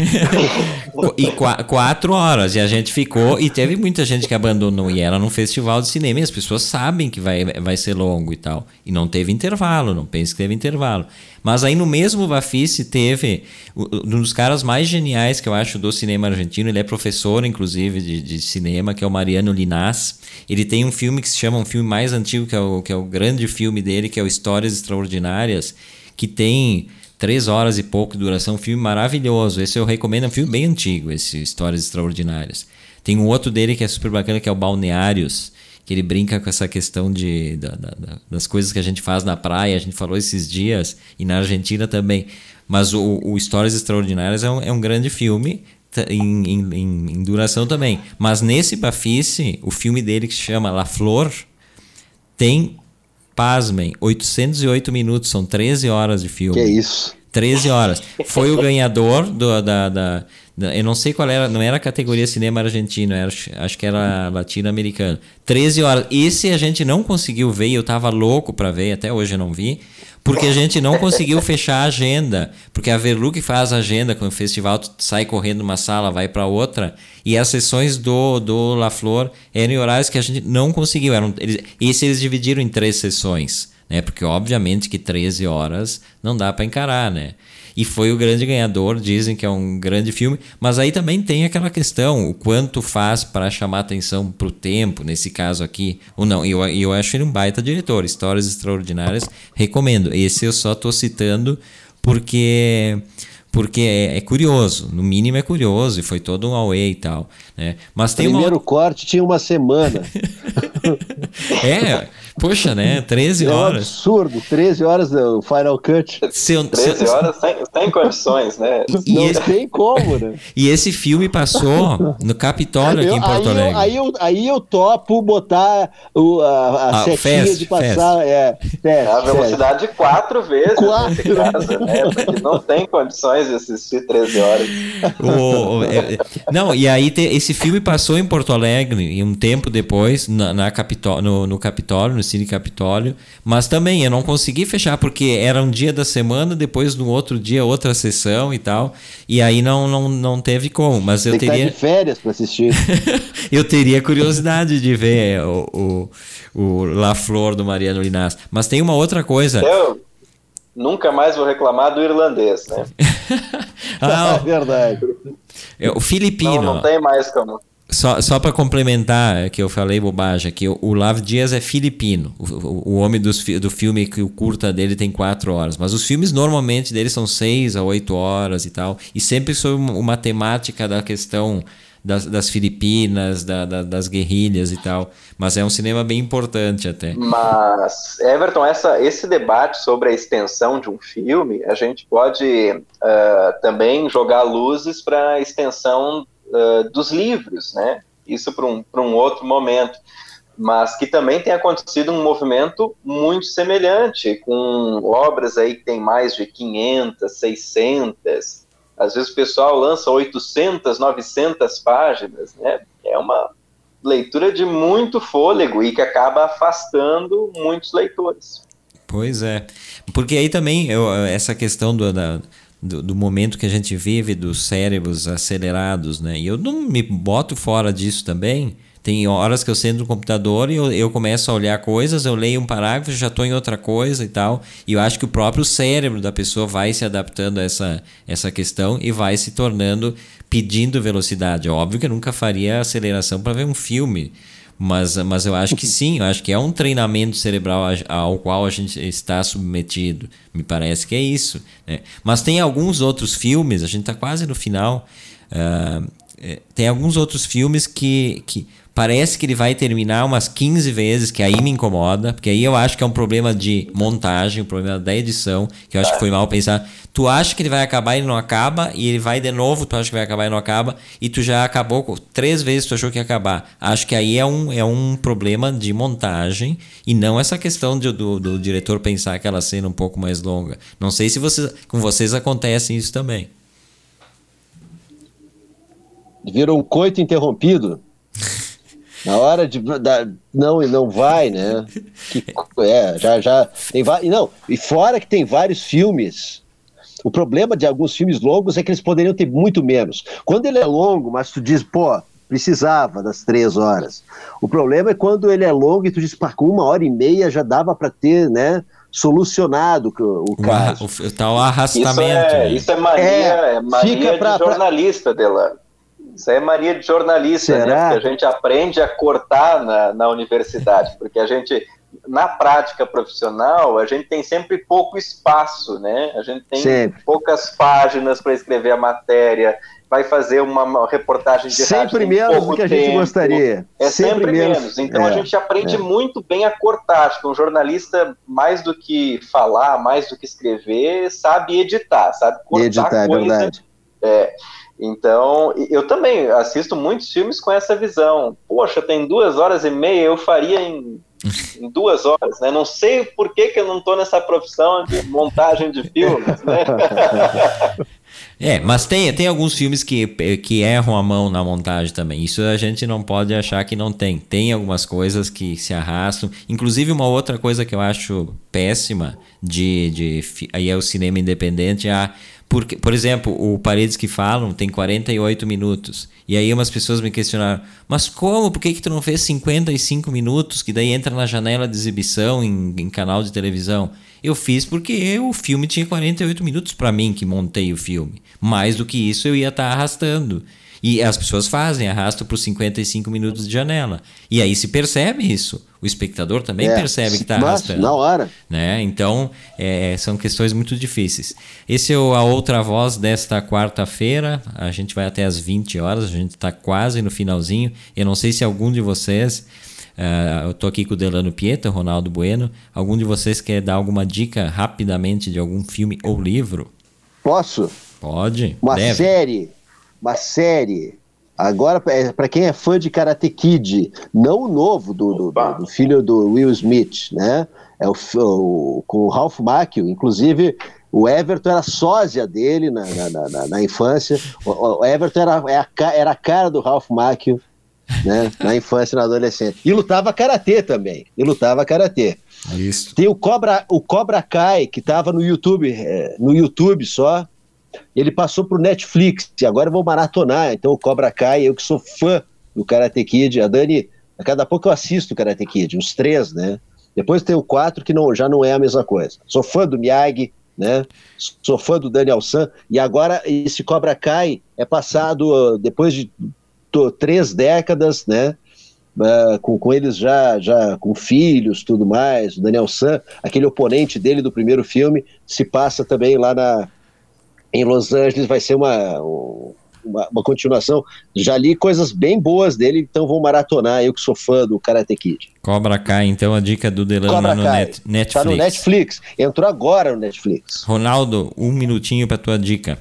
e, e qu- quatro horas. E a gente ficou. E teve muita gente que abandonou. E era num festival de cinema. E as pessoas sabem que vai, vai ser longo e tal. E não teve intervalo. Não pense que teve intervalo. Mas aí no mesmo Bafisi teve um dos caras mais geniais que eu acho do cinema argentino, ele é professor inclusive de, de cinema, que é o Mariano Linás. Ele tem um filme que se chama, um filme mais antigo, que é o, que é o grande filme dele, que é o Histórias Extraordinárias, que tem três horas e pouco de duração, um filme maravilhoso. Esse eu recomendo, é um filme bem antigo, esse Histórias Extraordinárias. Tem um outro dele que é super bacana, que é o Balneários, que ele brinca com essa questão de, da, da, das coisas que a gente faz na praia, a gente falou esses dias, e na Argentina também. Mas o, o Histórias Extraordinárias é um, é um grande filme, em, em, em duração também. Mas nesse Bafisi, o filme dele que se chama La Flor, tem, pasmem, oitocentos e oito minutos, são treze horas de filme. Que isso? treze horas. Foi o ganhador do, da, da, da... Eu não sei qual era, não era a categoria cinema argentino, era, acho que era latino-americano. treze horas. Esse a gente não conseguiu ver, e eu tava louco para ver, até hoje eu não vi, porque a gente não conseguiu fechar a agenda. Porque a Verlu que faz a agenda com o festival, tu sai correndo de uma sala, vai para outra, e as sessões do, do La Flor eram em horários que a gente não conseguiu. Eram, eles, esse eles dividiram em três sessões. Né? Porque obviamente que treze horas não dá para encarar, né? E foi o grande ganhador, dizem que é um grande filme, mas aí também tem aquela questão, o quanto faz para chamar atenção pro tempo, nesse caso aqui, ou não, e eu, eu acho ele um baita diretor, Histórias Extraordinárias, recomendo. Esse eu só tô citando porque... porque é, é curioso, no mínimo é curioso, e foi todo um away e tal, né? Mas tem primeiro uma... corte tinha uma semana. É, poxa, né? treze é horas. É um absurdo, treze horas do Final Cut. Se eu, treze se... horas sem, sem condições, né? E não esse... tem como, né? E esse filme passou no Capitólio aqui eu, em Porto aí Alegre. Eu, aí, eu, aí eu topo botar o, a, a ah, setinha fast, de passar. fast. É, é a velocidade de quatro vezes quatro. nesse caso, né? Porque não tem condições de assistir treze horas. O, o, é, não, e aí te, esse filme passou em Porto Alegre, e um tempo depois, na, na Capitó, no, no Capitólio, no Cine Capitólio, mas também eu não consegui fechar, porque era um dia da semana, depois no outro dia outra sessão e tal, e aí não, não, não teve como, mas eu tem que teria... estar de férias para assistir. Eu teria curiosidade de ver o, o, o La Flor do Mariano Linás, mas tem uma outra coisa... Eu nunca mais vou reclamar do irlandês, né? ah, é verdade. O filipino... Não, não tem mais como... Só, só para complementar, que eu falei bobagem aqui, o, o Lav Dias é filipino, o, o, o homem dos, do filme, que o curta dele tem quatro horas, mas os filmes normalmente dele são seis a oito horas e tal, e sempre sobre uma, uma temática da questão das, das Filipinas, da, da, das guerrilhas e tal, mas é um cinema bem importante até. Mas, Everton, essa, esse debate sobre a extensão de um filme, a gente pode uh, também jogar luzes para a extensão Uh, dos livros, né? Isso para um, para um outro momento, mas que também tem acontecido um movimento muito semelhante, com obras aí que tem mais de quinhentas, seiscentas, às vezes o pessoal lança oitocentas, novecentas páginas, né? É uma leitura de muito fôlego e que acaba afastando muitos leitores. Pois é, porque aí também eu, essa questão do, da Do, do momento que a gente vive, dos cérebros acelerados, né? E eu não me boto fora disso também. Tem horas que eu sento no computador e eu, eu começo a olhar coisas, eu leio um parágrafo, já estou em outra coisa e tal. E eu acho que o próprio cérebro da pessoa vai se adaptando a essa, essa questão e vai se tornando, pedindo velocidade. Óbvio que eu nunca faria aceleração para ver um filme, mas, mas eu acho que sim, eu acho que é um treinamento cerebral ao qual a gente está submetido. Me parece que é isso, né? Mas tem alguns outros filmes, a gente está quase no final, uh, tem alguns outros filmes que, que parece que ele vai terminar umas quinze vezes, que aí me incomoda, porque aí eu acho que é um problema de montagem, um problema da edição, que eu acho que foi mal pensar. Tu acha que ele vai acabar e ele não acaba, e ele vai de novo, tu acha que vai acabar e não acaba, e tu já acabou, três vezes tu achou que ia acabar. Acho que aí é um, é um problema de montagem, e não essa questão de, do, do diretor pensar aquela cena um pouco mais longa. Não sei se vocês, com vocês acontece isso também. Vira um coito interrompido. Na hora de da, não e não vai, né? Que, é, já já tem vários, não, e fora que tem vários filmes. O problema de alguns filmes longos é que eles poderiam ter muito menos. Quando ele é longo, mas tu diz, pô, precisava das três horas. O problema é quando ele é longo e tu diz, pá, com uma hora e meia já dava para ter, né? solucionado o, o caso. O, o tal arrastamento. Isso é, né? isso é Maria, é, é Maria pra, de jornalista, pra... Delano. Isso é Maria de jornalista, Será? né? Porque a gente aprende a cortar na, na universidade, porque a gente, na prática profissional, a gente tem sempre pouco espaço, né? A gente tem sempre poucas páginas para escrever a matéria, vai fazer uma, uma reportagem de sempre rádio menos pouco do que a tempo. gente gostaria. É sempre, sempre menos. menos. Então é, a gente aprende é. muito bem a cortar. Acho que um jornalista, mais do que falar, mais do que escrever, sabe editar, sabe cortar editar, coisa. É verdade. É. Então, eu também assisto muitos filmes com essa visão. Poxa, tem duas horas e meia, eu faria em, em duas horas, né? Não sei por que, que eu não estou nessa profissão de montagem de filmes, né? É, mas tem, tem alguns filmes que, que erram a mão na montagem também. Isso a gente não pode achar que não tem. Tem algumas coisas que se arrastam. Inclusive, uma outra coisa que eu acho péssima de, de aí é o cinema independente, é a Porque, por exemplo, o Paredes que Falam tem quarenta e oito minutos. E aí umas pessoas me questionaram, mas como? Por que, que tu não fez cinquenta e cinco minutos? Que daí entra na janela de exibição em, em canal de televisão. Eu fiz porque o filme tinha quarenta e oito minutos para mim que montei o filme. Mais do que isso eu ia estar tá arrastando. E as pessoas fazem, arrastam por cinquenta e cinco minutos de janela. E aí se percebe isso. O espectador também é, percebe que está arrastando. Na hora. Né? Então, é, são questões muito difíceis. Esse é o, a Outra Voz desta quarta-feira. A gente vai até às vinte horas. A gente está quase no finalzinho. Eu não sei se algum de vocês... Uh, eu estou aqui com o Delano Pieta, Ronaldo Bueno. Algum de vocês quer dar alguma dica rapidamente de algum filme ou livro? Posso? Pode. Uma deve. série. Uma série. Agora, para quem é fã de Karate Kid, não o novo do, do, do, do filho do Will Smith, né? É o, o, com o Ralph Macchio, inclusive o Everton era sósia dele na, na, na, na infância. O, o Everton era, era a cara do Ralph Macchio, né? Na infância e na adolescência. E lutava karatê também. E lutava karatê. Isso. Tem o Cobra, o Cobra Kai, que estava no YouTube, é, no YouTube só. Ele passou pro Netflix, e agora eu vou maratonar. Então o Cobra Kai, eu que sou fã do Karate Kid, a Dani, a cada pouco eu assisto o Karate Kid, os três, né? Depois tem o quatro, que não, já não é a mesma coisa. Sou fã do Miyagi, né? Sou fã do Daniel San, e agora esse Cobra Kai é passado depois de tô, três décadas, né? Uh, com, com eles já, já com filhos, tudo mais. O Daniel San, aquele oponente dele do primeiro filme, se passa também lá na em Los Angeles, vai ser uma, uma, uma continuação. Já li coisas bem boas dele, então vou maratonar, eu que sou fã do Karate Kid. Cobra Kai, então a dica do Delano no net, Netflix. Tá no Netflix, entrou agora no Netflix. Ronaldo, um minutinho para tua dica.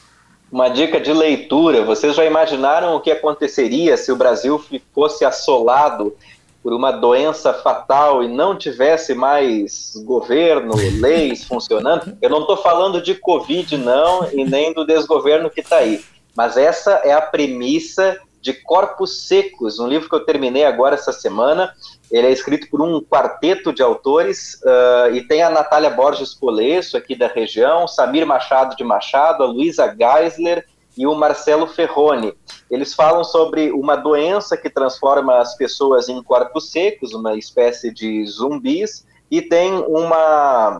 Uma dica de leitura. Vocês já imaginaram o que aconteceria se o Brasil fosse assolado por uma doença fatal e não tivesse mais governo, leis funcionando? Eu não estou falando de Covid, não, e nem do desgoverno que está aí. Mas essa é a premissa de Corpos Secos, um livro que eu terminei agora essa semana. Ele é escrito por um quarteto de autores, uh, e tem a Natália Borges Polesso, aqui da região, Samir Machado de Machado, a Luísa Geisler e o Marcelo Ferroni. Eles falam sobre uma doença que transforma as pessoas em corpos secos, uma espécie de zumbis, e tem uma,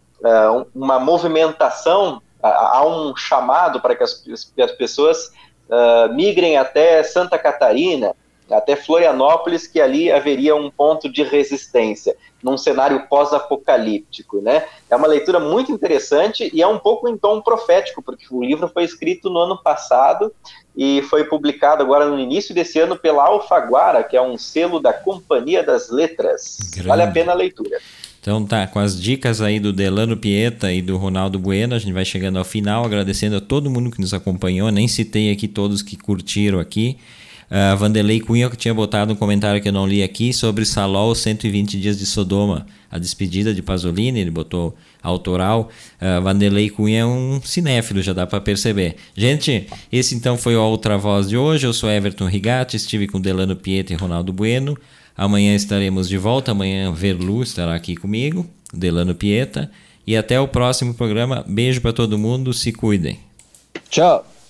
uh, uma movimentação, uh, há um chamado para que as, que as pessoas uh, migrem até Santa Catarina, até Florianópolis, que ali haveria um ponto de resistência, num cenário pós-apocalíptico, né? É uma leitura muito interessante e é um pouco em tom profético, porque o livro foi escrito no ano passado e foi publicado agora no início desse ano pela Alfaguara, que é um selo da Companhia das Letras. Grande. Vale a pena a leitura. Então tá, com as dicas aí do Delano Pieta e do Ronaldo Bueno, a gente vai chegando ao final, agradecendo a todo mundo que nos acompanhou, nem citei aqui todos que curtiram aqui. Uh, Vanderlei Cunha, que tinha botado um comentário que eu não li aqui sobre Salol, cento e vinte dias de Sodoma, a despedida de Pasolini, ele botou autoral. uh, Vanderlei Cunha é um cinéfilo, já dá para perceber. Gente, esse então foi a Outra Voz de hoje. Eu sou Everton Rigatti, estive com Delano Pieta e Ronaldo Bueno. Amanhã estaremos de volta, amanhã Verlu estará aqui comigo, Delano Pieta, e até o próximo programa. Beijo para todo mundo, se cuidem. Tchau.